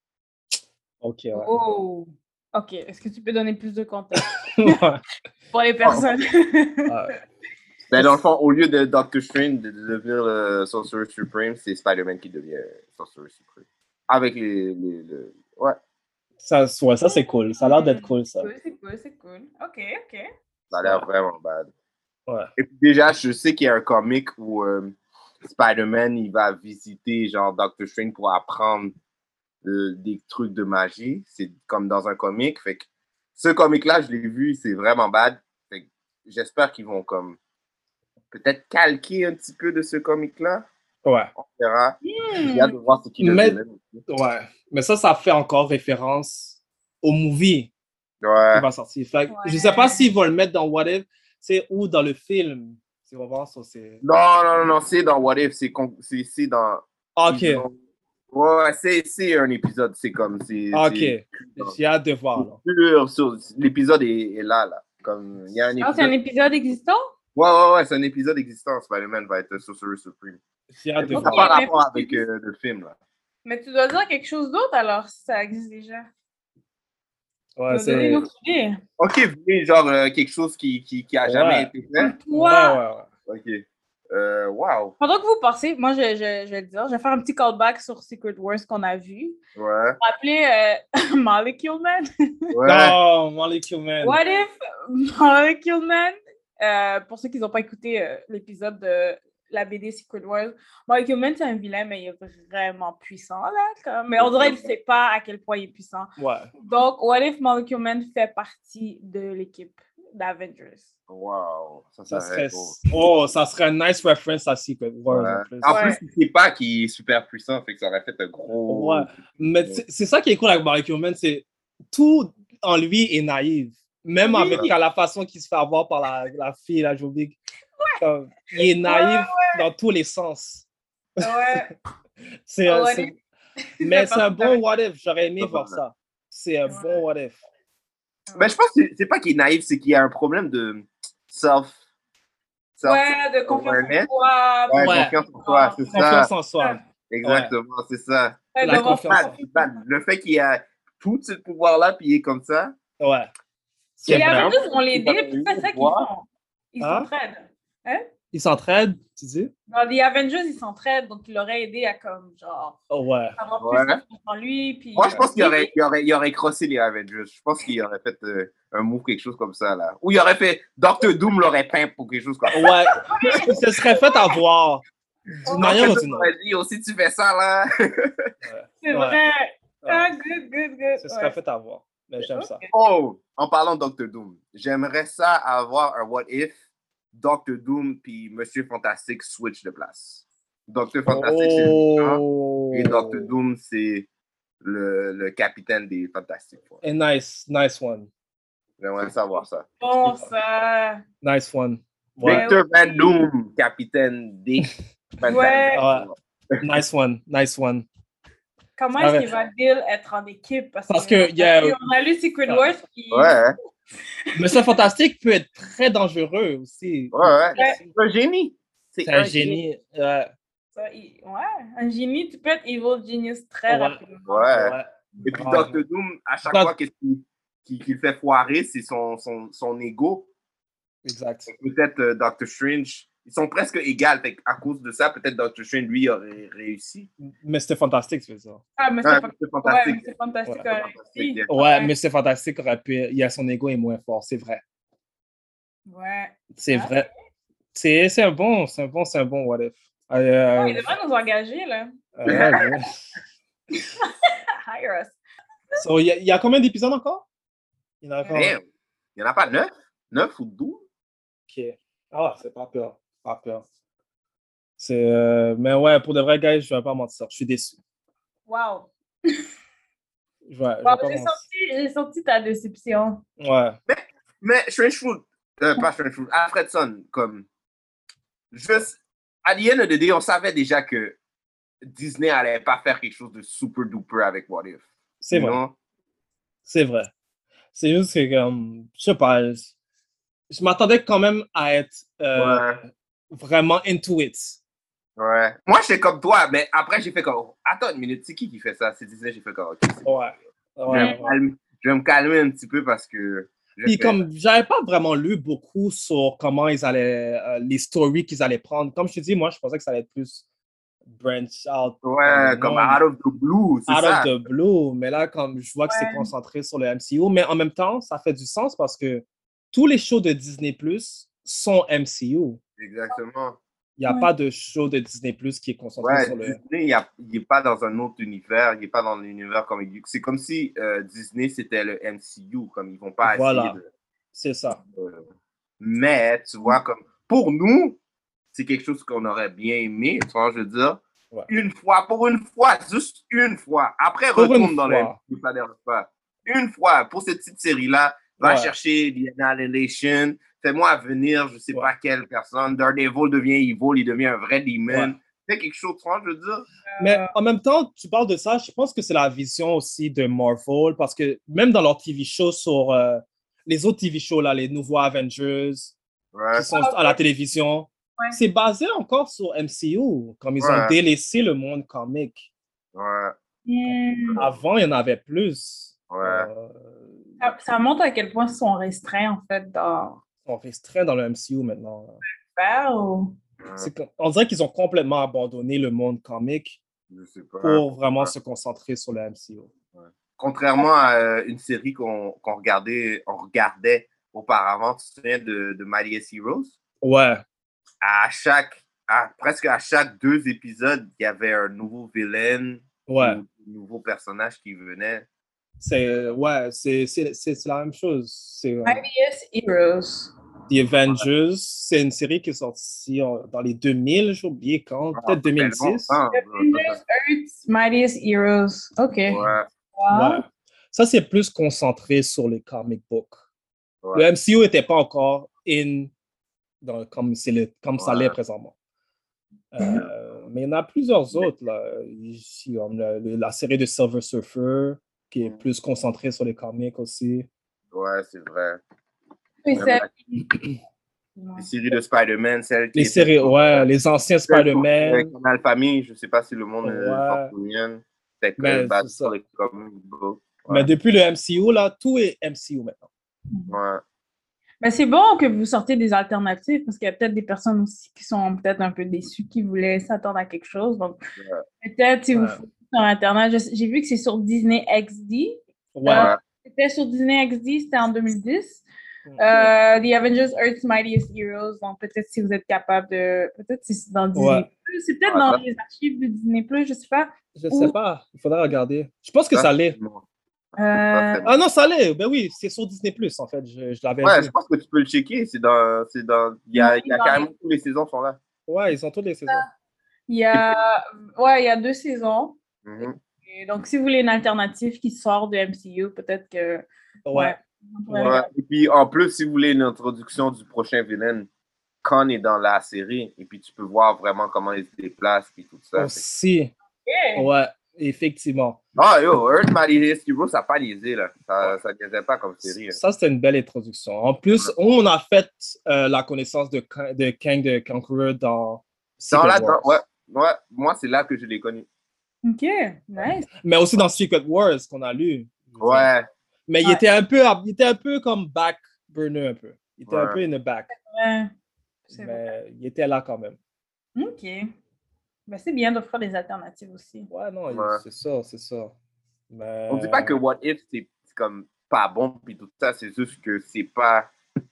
Ok, ouais. Oh! OK. Est-ce que tu peux donner plus de contexte Ouais. pour les personnes? Ouais. Ben, dans le fond, au lieu de Doctor Strange de devenir le Sorcerer Supreme, c'est Spider-Man qui devient Sorcerer Supreme. Avec les... les, les... Ouais, Ça, ouais, ça, c'est cool. Ça a l'air d'être cool, ça. Cool, c'est cool, c'est cool. OK, OK. ça a l'air vraiment bad. Ouais. Et puis déjà, je sais qu'il y a un comic où euh, Spider-Man, il va visiter genre Doctor Strange pour apprendre euh, des trucs de magie. C'est comme dans un comic. Fait que ce comic-là, je l'ai vu, c'est vraiment bad. Fait que j'espère qu'ils vont comme peut-être calquer un petit peu de ce comic-là. Ouais. On verra. Hmm. J'ai hâte de voir ce qu'il Mais- devient. Ouais. Mais ça, ça fait encore référence au movie Ouais. qui va sortir. Fait que Ouais. je sais pas s'ils vont le mettre dans What If, c'est ou dans le film. Tu vas voir ça, c'est. Non, non, non, non, c'est dans What If. C'est, con- c'est, c'est dans. Ok. ils ont- Ouais, c'est, c'est un épisode. C'est comme. C'est, Ok. c'est- J'ai hâte de voir, là. Sûr, sûr. L'épisode est, est là, là. Comme, il y a un Ah, épisode. c'est un épisode existant? Ouais, ouais, ouais, c'est un épisode existant. Spider-Man va être Sorcerer Supreme. J'ai hâte de Ça n'a Ok, pas voir. mais- rapport avec euh, le film, là. Mais tu dois dire quelque chose d'autre alors, si ça existe déjà. Ouais, tu dois donner une c'est. autre idée. Ok, vous voulez genre euh, quelque chose qui, qui, qui a Ouais. jamais été fait? Ouais, Toi, ouais, ouais. Ok. Euh, wow. pendant que vous pensez, moi, je, je, je vais le dire, je vais faire un petit callback sur Secret Wars qu'on a vu. Ouais. Vous vous rappelez euh, Molecule Man? Ouais. Non, Molecule Man. What if Molecule Man, euh, pour ceux qui n'ont pas écouté euh, l'épisode de la B D Secret Wars, Molecule Man, c'est un vilain, mais il est vraiment puissant, là. Comme... Mais on dirait qu'il ne sait pas à quel point il est puissant. Ouais. Donc, what if Molecule Man fait partie de l'équipe d'Avengers? Wow. Ça, Ça serait serait. cool. Oh, ça serait un nice reference à Secret Wars Ouais. en plus. En Ouais. plus, il ne sait pas qu'il est super puissant, fait que ça aurait fait un gros. Ouais. Mais c'est c'est ça qui est cool avec Molecule Man, c'est tout en lui est naïf. Même Oui. avec à la façon qu'il se fait avoir par la, la fille, là, j'ai oublié. Comme, il est naïf dans tous les sens. Ouais. C'est, euh, What c'est- if- Mais fait c'est un partie bon d'Avengers. what if. J'aurais aimé Ouais. voir ça. C'est un Ouais. bon what if. Mais je pense que c'est- c'est pas qu'il est naïf, c'est qu'il y a un problème de self. self Ouais, de confiance en awareness. soi. Ouais, Ouais. confiance en soi, c'est ça. Confiance en soi. Exactement, c'est ça. Ouais, La devant- confiance. Bad, bad. Le fait qu'il y a tout ce pouvoir-là, puis il est comme ça. Ouais. Et C'est les vrai. Avengers vont l'aider, va puis c'est ça qu'ils voir. font. Ils Hein? s'entraident. Ils s'entraident, tu dis? Dans les Avengers, ils s'entraident, donc il aurait aidé à comme, genre, Oh, ouais. avoir Ouais. plus confiance en lui. Puis, Moi, je pense qu'il Oui, aurait, il aurait, il aurait crossé les Avengers. Je pense qu'il aurait fait euh, un move, quelque chose comme ça, là. Ou il aurait fait Doctor Doom l'aurait peint pour quelque chose comme ça. Ouais. Il se serait fait avoir d'une manière ou Doctor d'une Doom autre. aurait dit, aussi, tu fais ça, là. C'est Ouais. vrai. Ouais. Ah, good, good, good. Il se serait Ouais. fait avoir. Mais j'aime ça. Oh, en parlant de Doctor Doom, j'aimerais ça avoir un what if Doctor Doom puis Monsieur Fantastique switch de place. Doctor Fantastique, c'est le méchant, Oh. et Doctor Doom, c'est le, le capitaine des Fantastiques. quoi. Et nice, nice one. J'aimerais savoir ça. Bon, ça. Nice one. Ouais. Victor Van Doom, capitaine des Fantastiques. Ouais. Ouais. Nice one, nice one. Comment Ah est-ce ouais. qu'il va deal être en équipe? Parce, Parce que, que y a- on a lu Secret Wars. Puis... Ouais, hein? Monsieur Fantastique peut être très dangereux aussi. ouais, ouais. Ouais. C'est un génie. C'est un génie. Ouais. Ça, il- ouais, un génie, tu peux être evil genius très Ouais. rapidement. Ouais. Ouais. Et puis Ouais. Doctor Doom, à chaque Doc- fois qu'est-ce qu'il qu'il, qu'il fait foirer, c'est son, son, son ego. Exact. Peut-être euh, Doctor Strange, ils sont presque égales. Fait à cause de ça, peut-être Doctor Strange, lui, aurait réussi. Mais c'était fantastique, tu veux dire. Ah, mais Ouais, c'est pas- c'est ouais, fantastique. mais c'est fantastique. Ouais. euh, Fantastique, si. yeah. Ouais, mais c'est fantastique aurait pu. Il a son ego est moins fort, c'est vrai. Ouais. C'est Ouais. vrai. C'est c'est un bon, c'est un bon, c'est un bon what if. Euh, Ouais, il devrait nous engager, là. euh, ouais, ouais. Hire us. So, il y, a- il y a combien d'épisodes encore? Il y en a encore. Damn. Il n'y en a pas neuf? Neuf ou douze? Ok. Ah, c'est pas peur. Pas peur. C'est, euh, Mais ouais, pour de vrai, guys, je vais pas mentir. Je suis déçu. Wow. Je vais, je vais Wow, pas j'ai mentir. senti, j'ai senti ta déception. Ouais. Mais, mais Strange Fruit, euh, pas Strange Fruit, Alfredson, comme. Juste, à the end of the day, on savait déjà que Disney allait pas faire quelque chose de super duper avec What If. C'est vrai. Non? C'est vrai. C'est juste que, comme, je sais pas, je, je m'attendais quand même à être euh, Ouais. vraiment into it. Ouais. Moi, j'étais comme toi, mais après, j'ai fait comme. Attends une minute, c'est qui qui fait ça? C'est Disney, j'ai fait comme. Okay, c'est bon. Ouais. Je, vais Ouais, me ouais. calmer, je vais me calmer un petit peu parce que. je Puis fais- comme j'avais pas vraiment lu beaucoup sur comment ils allaient, euh, les stories qu'ils allaient prendre. Comme je te dis, moi, je pensais que ça allait être plus branch out dans Ouais, le comme monde, out of the blue, c'est out ça. of the blue. Mais là, comme je vois que c'est Ouais. concentré sur le M C U, mais en même temps, ça fait du sens parce que tous les shows de Disney Plus sont M C U. Exactement. Il n'y a Ouais. pas de show de Disney Plus qui est concentré Ouais, sur le. Disney, il n'est pas dans un autre univers, il n'est pas dans l'univers comme il C'est comme si euh, Disney, c'était le M C U, comme ils vont pas Voilà. essayer de... C'est ça. euh, Mais, tu vois, comme pour nous, c'est quelque chose qu'on aurait bien aimé, tu vois, je veux dire. Ouais. Une fois, pour une fois, juste une fois. Après, Pour retourne une dans le M fois. C U, ça ne dérange pas. Une fois, pour cette petite série-là, va Ouais. chercher The Annihilation, fais-moi venir, je sais Ouais. pas quelle personne, Daredevil devient evil, il devient un vrai demon. Ouais. Fais quelque chose, tu vois, je veux dire. Mais en même temps, tu parles de ça, je pense que c'est la vision aussi de Marvel, parce que même dans leur T V show sur euh, les autres T V shows, là, les nouveaux Avengers Ouais. qui sont à la télévision, Ouais. c'est basé encore sur M C U, comme ils ont Ouais. délaissé le monde comique. Ouais. Hmm. Avant, il y en avait plus. Ouais. Euh, Ça, ça montre à quel point ils sont restreints, en fait, dans ils sont restreints dans le M C U maintenant. faire ou... C'est comme- on dirait qu'ils ont complètement abandonné le monde comique Je sais pas. pour vraiment Ouais. se concentrer sur le M C U. Contrairement à euh, une série qu'on qu'on regardait, on regardait auparavant, tu te souviens de, de Mighty Heroes? Ouais, À chaque, à, presque à chaque deux épisodes, il y avait un nouveau villain ouais. ou un nouveau personnage qui venait. C'est ouais, c'est c'est- c'est- c'est la même chose. C'est euh, Mightiest Heroes. The Avengers, c'est une série qui est sortie en- dans les deux mille, j'ai oublié quand, Ah, peut-être ça fait deux mille six. longtemps, Avengers Earth's Mightiest Heroes. OK. Ouais, Wow. Ouais. Ça, c'est plus concentré sur les comic books. Le ouais. M C U n'était pas encore in dans, comme, c'est le- comme ça Ouais. l'est présentement. Euh, mais il y en a plusieurs autres. Là. Ici, comme le- le- la série de Silver Surfer, qui est plus concentrée sur les comics aussi. Ouais, c'est vrai. Oui, Même c'est... la- Les séries de Spider-Man, celles qui Les étaient séries, sur- ouais, les anciens celles sur, euh, Spider-Man. Canal Famille, je sais pas si le monde euh, Ouais. s'en souvient. C'était que Mais basé c'est sur ça. les comic books. Mais Ouais. depuis le M C U, là, tout est M C U maintenant. Ouais. Mais c'est bon que vous sortez des alternatives parce qu'il y a peut-être des personnes aussi qui sont peut-être un peu déçues, qui voulaient s'attendre à quelque chose. Donc, Ouais. peut-être si vous Ouais. faites sur Internet, je- j'ai vu que c'est sur Disney X D. Ouais. Euh, C'était sur Disney X D, c'était en deux mille dix. Mm. Euh, The Avengers Earth's Mightiest Heroes. Donc, peut-être si vous êtes capable de. Peut-être si c'est dans Disney Ouais. Plus. C'est peut-être Ah, dans ça- les archives de Disney Plus, je sais pas. Je Ou- sais pas, il faudrait regarder. Je pense que ça l'est. bon. Euh, Ah non, ça l'est. Ben oui, c'est sur Disney Plus en fait. Je, je l'avais Ouais, vu. je pense que tu peux le checker. C'est dans. C'est dans. Il y a, il y a Dans carrément toutes les saisons sont là. Ouais, ils ont toutes les saisons. Il y a. Ouais, il y a deux saisons. Mhm. Et donc, si vous voulez une alternative qui sort de M C U, peut-être que. Ouais. on pourrait Ouais. Ouais. regarder. Et puis, en plus, si vous voulez une introduction du prochain villain, Khan est dans la série. Et puis, tu peux voir vraiment comment il se déplace et tout ça. Aussi. Ok. Ouais, effectivement. Ah, yo, Earth Mightiest Heroes, ça n'a pas niaisé, là. Ça ça niaisait pas comme série. hein. Ça, c'était une belle introduction. En plus, on a fait euh, la connaissance de, Ka- de Kang the Conqueror dans Dans Secret la, Wars. dans- ouais, ouais, moi, c'est là que je l'ai connu. Ok, nice. Mais aussi dans Secret Wars qu'on a lu. Ouais, Mais il, Ouais. était un peu, il était un peu comme back burner un peu. Il était un Ouais. peu in the back. Ouais. C'est vrai. Mais il était là quand même. Ok. Ben, c'est bien d'offrir des alternatives aussi. Ouais, non, il- Ouais. c'est ça, c'est ça. Mais... on dit pas que What If, c'est c'est comme pas bon, puis tout ça, c'est juste que c'est pas...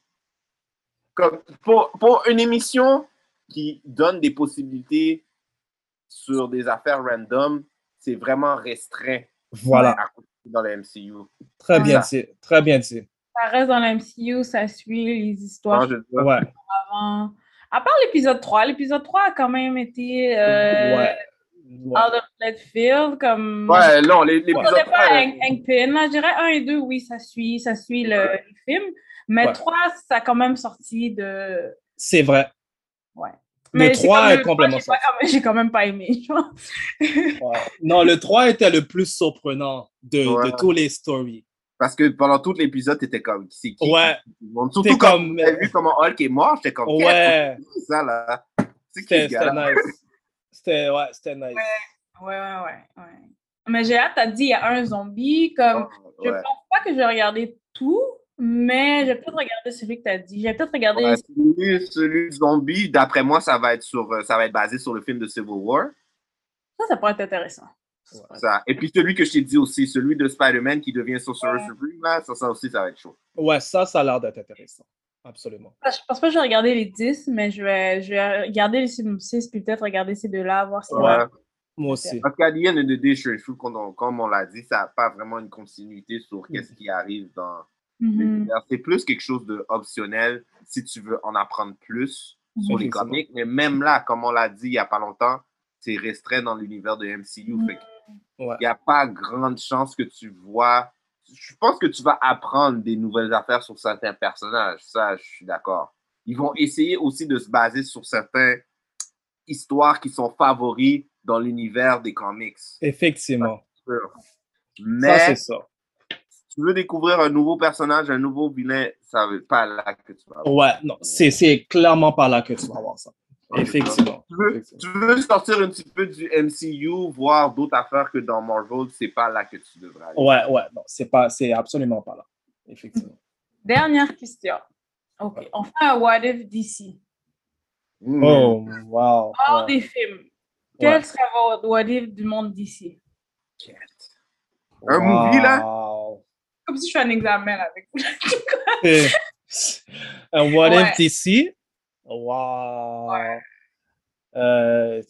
Comme pour, pour une émission qui donne des possibilités sur des affaires random, c'est vraiment restreint Voilà, à côté dans le M C U. très Ouais. bien dit, très bien dit. Ça reste dans l'M C U, ça suit les histoires Non, je sais pas. Ouais. avant. À part l'épisode trois, l'épisode trois a quand même été euh, Ouais. Ouais. out of left field, comme... Ouais, non, les- On l'épisode n'est trois, pas euh, Hank Hank Pym, là. Je dirais un et deux, oui, ça suit, ça suit le, le film. Mais Ouais. trois, ça a quand même sorti de... C'est vrai. Ouais. Le Mais c'est trois comme est le complètement trois, j'ai pas quand même- j'ai quand même pas aimé, tu vois. Ouais. Non, le trois était le plus surprenant de, Ouais. de tous les stories. parce que pendant tout l'épisode, t'étais comme, c'est qui? Ouais. Surtout T'es quand comme- t'as vu comment Hulk est mort, j'étais comme, Ouais. qu'est-ce que c'est ça, là? C'est qui, C'était ce c'était gars-là? nice. C'était ouais, c'était nice. Ouais, ouais, ouais, ouais. Mais j'ai hâte, t'as dit, il y a un zombie, comme... Oh, Je ouais. pense pas que je vais regarder tout, mais je vais peut-être regarder celui que t'as dit. Je vais peut-être regarder... Ouais, celui, celui zombie, d'après moi, ça va être sur, euh, ça va être basé sur le film de Civil War. Ça, ça pourrait être intéressant. Ouais. Ça. Et puis celui que je t'ai dit aussi, celui de Spider-Man qui devient Sorcerer Supreme, là, ça, ça aussi, ça va être chaud. Ouais, ça, ça a l'air d'être intéressant. Absolument. Je pense pas que je vais regarder les dix, mais je vais, je vais regarder les six, puis peut-être regarder ces deux-là, voir si... Ouais. Moi aussi. Parce qu'à the end of the day, je trouve qu'on- comme on l'a dit, ça n'a pas vraiment une continuité sur qu'est-ce qui arrive dans Mhm. l'univers. C'est plus quelque chose d'optionnel si tu veux en apprendre plus sur les Effectivement. comics. Mais même là, comme on l'a dit il n'y a pas longtemps, c'est restreint dans l'univers de M C U. Fait que Ouais. il n'y a pas grande chance que tu vois. Je pense que tu vas apprendre des nouvelles affaires sur certains personnages. Ça, je suis d'accord. Ils vont essayer aussi de se baser sur certaines histoires qui sont favoris dans l'univers des comics. Effectivement. Mais Ça, c'est ça. si tu veux découvrir un nouveau personnage, un nouveau vilain, ça ne veut pas là que tu vas avoir. Ouais, non, c'est c'est clairement pas là que tu vas voir ça. Effectivement. Tu veux, Effectivement. tu veux sortir un petit peu du M C U, voir d'autres affaires que dans Marvel, c'est pas là que tu devrais aller. Ouais, ouais, non, c'est pas, c'est absolument pas là. Effectivement. Dernière question. OK, on fait un What If D C. Mmh. Oh, wow. Hors Ouais. des films. Quel Ouais. serait votre What If du monde D C? Un movie, là? Wow. Comme si je fais un examen là, avec vous. C'est- Un What Ouais. If D C? Wow. Euh,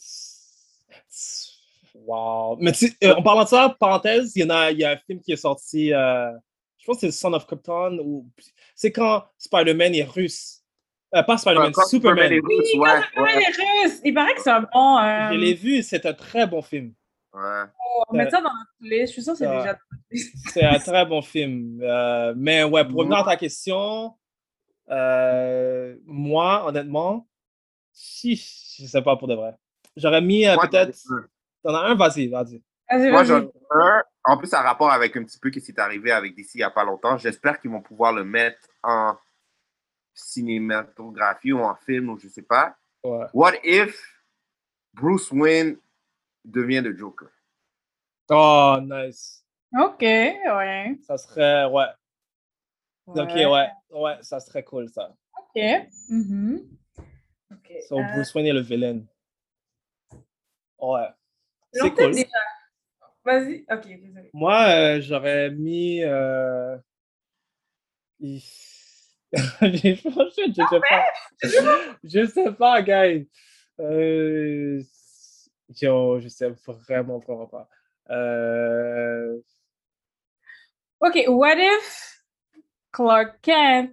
wow. Mais tu sais, euh, en parlant de ça, parenthèse, il y en a, il y a un film qui est sorti, euh, je pense que c'est Son of Krypton, ou c'est quand Spider-Man est russe. Euh, pas Spider-Man, Quand Superman. est russe, Oui, ouais, quand ouais, les Russes. Il paraît que c'est un bon... euh, Je l'ai vu, c'est un très bon film. ouais. on va mettre ça dans notre liste. Je suis sûre que c'est Ouais. déjà dans notre liste. C'est un très bon film. Euh, mais ouais, pour revenir à ta question, euh, moi, honnêtement, si, je sais pas pour de vrai. J'aurais mis euh, Moi, peut-être. j'en ai un. T'en as un, vas-y, vas-y. Vas-y, Moi, vas-y. j'en ai un. En plus, ça a rapport avec un petit peu ce qui est arrivé avec D C il n'y a pas longtemps. J'espère qu'ils vont pouvoir le mettre en cinématographie ou en film ou je sais pas. Ouais. What if Bruce Wayne devient le Joker? Oh, nice. OK, ouais. Ça serait, ouais. Ok, Ouais. ouais, ouais, ça serait cool, ça. OK. Mhm. OK. So, Euh, Bruce Wayne est le villain. Ouais. ils l'ont C'est peut-être cool. déjà. Vas-y. OK, désolé. Moi, euh, j'aurais mis. Euh... il- J'ai je je sais pas. Je sais pas, guys. Euh... Yo, je sais vraiment, vraiment pas. Euh... OK, what if Clark Kent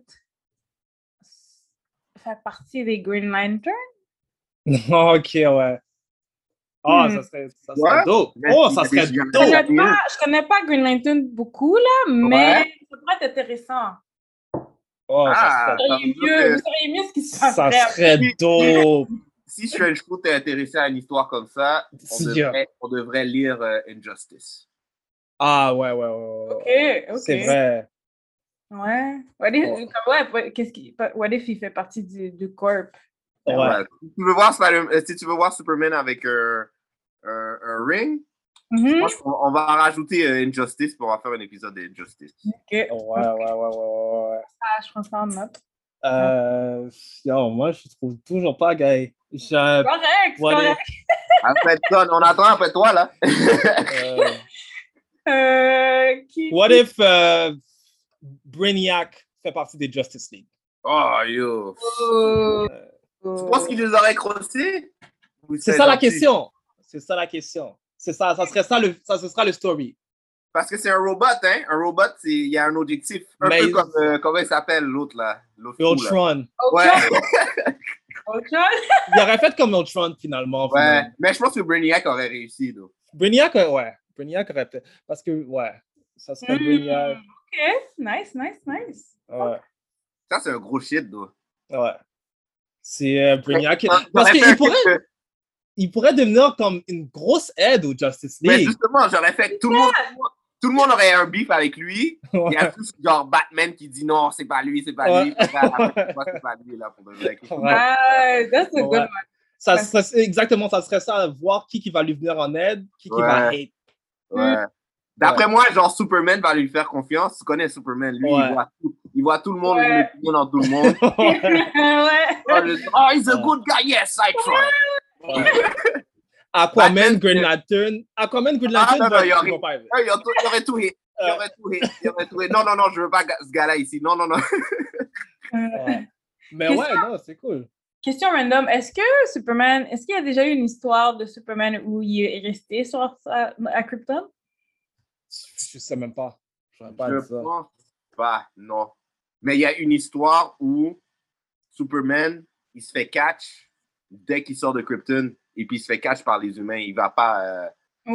fait partie des Green Lantern? Ok, ouais. Ah, Hmm. ça serait, ça serait Ouais. dope. Mais Oh, si- ça serait si- Je dope. connais Oh. pas, je connais pas Green Lantern beaucoup, là, mais ça pourrait être intéressant. Oh, Ah, ça Vous ça seriez veut dire mieux, que vous seriez mieux ce qui se serait, ça passerait. serait dope. si Strange Fruit est intéressé à une histoire comme ça, on Si, devrait, on devrait lire euh, Injustice. Ah, ouais, ouais, ouais. ouais. OK, OK. C'est vrai. Ouais. What if, Ouais. ouais, ouais, qu'est-ce qui, what if il fait partie du, du corps? Ouais. Ouais. Si tu veux voir Spider- euh, si tu veux voir Superman avec un, un, un ring, Mhm. moi, je- on, on va rajouter euh, Injustice pour en faire un épisode d'Injustice. OK. Ouais, ouais, ouais, ouais, ouais, ouais. Ah, je prends ça en note. Euh, yo, moi, je trouve toujours pas gay. Je, Correct, c'est what correct. Après ça, on attend après toi, là. euh, Euh, qui, what qui- if euh, Brainiac fait partie des Justice League? Oh, yo. Oh, Tu penses qu'il les aurait crossés? Ou C'est ça la gentil? question. C'est ça la question. C'est ça, ça serait ça le, ça ce sera le story. Parce que c'est un robot, hein. Un robot, c'est... il y a un objectif. Un Mais peu il- comme, euh, comment il s'appelle, l'autre, là. L'autre fou, là. Ultron. Ouais, Ultron? Il aurait fait comme Ultron, finalement. ouais. finalement. Mais je pense que Brainiac aurait réussi, donc. Brainiac, euh, ouais. Brainiac aurait peut-être... Parce que, ouais, ça serait Hmm. Brainiac. OK. Nice, nice, nice. Ouais, Ça, c'est un gros shit, donc. ouais. C'est euh, Brainiac. J'aurais Parce fait un qu'il pourrait, film que- il pourrait devenir comme une grosse aide au Justice Mais League. justement, j'aurais fait que tout le monde, tout le monde aurait un beef avec lui. Il y a Ouais. tous genre Batman qui dit non, c'est pas lui, c'est pas Ouais. lui. Après, après, moi, c'est pas lui là pour de vrai. Ouais. Ah, that's a good Ouais. one. Ça serait, exactement, ça serait ça, voir qui, qui va lui venir en aide, qui, qui va Ouais. hate. Ouais. D'après moi, genre Superman va lui faire confiance. Tu connais Superman, lui, Ouais. il voit tout. Il voit tout le monde, Ouais. il met tout le monde dans tout le monde. Ouais. Oh, le- oh, he's a good guy, yes, I try. Aquaman, Batman, Green c'est- Lantern. Aquaman, Green Ah, Lantern, non, non, va- il y aurait- ils vont pas aider. Ah, il y aurait tout- il aurait tout hit. Il aurait tout hit. Il aurait tout hit. Non, non, non, je veux pas ga- ce gars-là ici. Non, non, non. Ouais. Mais Qu'est-ce ouais, non, c'est cool. Question random, est-ce que Superman, est-ce qu'il y a déjà eu une histoire de Superman où il est resté sur, à, à Krypton? Je sais même pas. Je saurais pas Je dire ça. pense pas, non. Mais il y a une histoire où Superman, il se fait catch dès qu'il sort de Krypton et puis il se fait catch par les humains. Il va pas. Euh,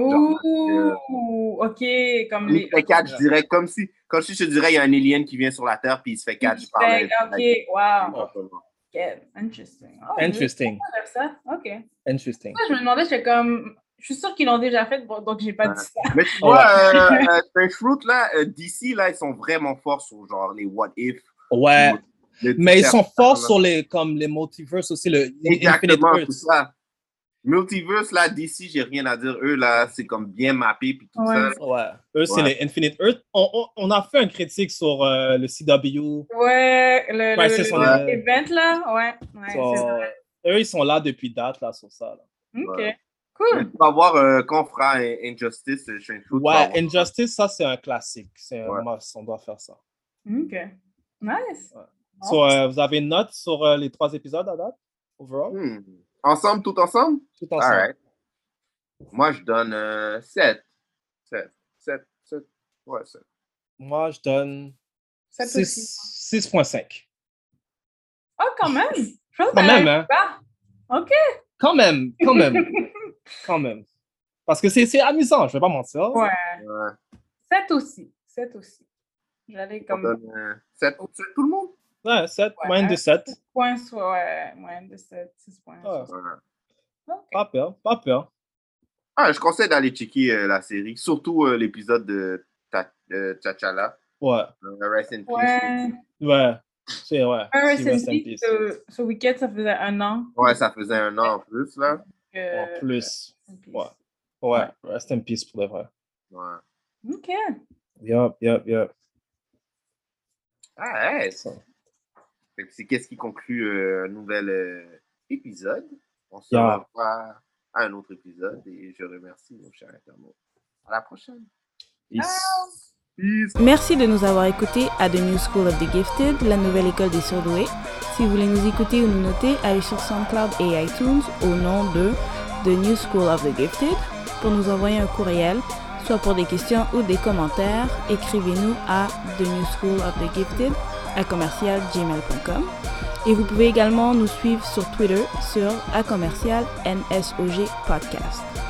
Ouh, ok, comme il les... se fait catch direct, comme si, comme si je te dirais, il y a un alien qui vient sur la Terre puis il se fait catch par Fait- le. Ok, wow. Exactement. Okay, interesting. Oh, je- Interesting. je vais faire ça. Ok. Interesting. Ça, je me demandais, j'étais comme... Je suis sûre qu'ils l'ont déjà fait, bon, donc j'ai pas Ouais. dit ça. Mais tu vois, euh, euh, Strange Fruit, là, euh, D C, là, ils sont vraiment forts sur genre les what if. Ouais. le Mais ils sont forts différents- sur les, comme les multiverses aussi, le Infinite Exactement, Earths. tout ça. Multiverse, là, D C, j'ai rien à dire. Eux, là, c'est comme bien mappé puis tout Ouais. ça. Ouais. Eux, c'est Ouais. les Infinite Earth. On, on, on a fait un critique sur euh, le C W. Ouais, le, Ouais, le, c'est le- son- le event, là, ouais. Ouais, So, c'est vrai. eux, ils sont là depuis date, là, sur ça. Là. Ok, Ouais. cool. Tu vas voir euh, quand on fera un- Injustice, euh, Strange Fruit. tu vas Ouais, voir. Injustice, ça, c'est un classique. C'est un Ouais. must, on doit faire ça. Ok, nice. So, euh, vous avez une note sur euh, les trois épisodes à date, overall? Hmm. Ensemble, tout ensemble? Tout ensemble. Alright. Moi, je donne euh, sept. sept. sept. sept. Ouais, sept. Moi, je donne Ça te aussi. six virgule cinq. Oh, quand même. Je pense que Quand ça même, va hein? être bas. Ok. Quand même, quand même, quand même. Parce que c'est c'est amusant, je vais pas mentir. Ouais. Ouais. sept aussi. sept aussi. J'allais On comme... donne euh, sept pour sept, tout le monde? Ouais, sept, Ouais, moyenne de hein. sept. six points, soit, ouais, moyenne de sept, six points. Ah. Ouais. Ok. Pas peur, pas peur. Ah, je conseille d'aller checker euh, la série, surtout euh, l'épisode de Ta- euh, T'Challa. Ouais, Euh, Rest in Peace. Ouais. ouais. C'est ouais. Ouais, c'est c'est rest in dit, peace. ce, ce week-end, ça faisait un an. Ouais, ça faisait un an en plus, là. que- En plus. Rest in peace. Ouais. Ouais, rest in peace pour de vrai. Ouais. Ok. Yup, yup, yup. Ah, ouais. Ça. Fait que c'est qu'est-ce qui conclut euh, un nouvel euh, épisode. On se Yeah. revoit à un autre épisode et je remercie nos chers internautes. À la prochaine. Peace. Peace. Merci de nous avoir écoutés à The New School of the Gifted, la nouvelle école des surdoués. Si vous voulez nous écouter ou nous noter, allez sur SoundCloud et iTunes au nom de The New School of the Gifted. Pour nous envoyer un courriel, soit pour des questions ou des commentaires, écrivez-nous à The New School of the Gifted à commercial gmail point com. Et vous pouvez également nous suivre sur Twitter sur à commercial N S O G Podcast.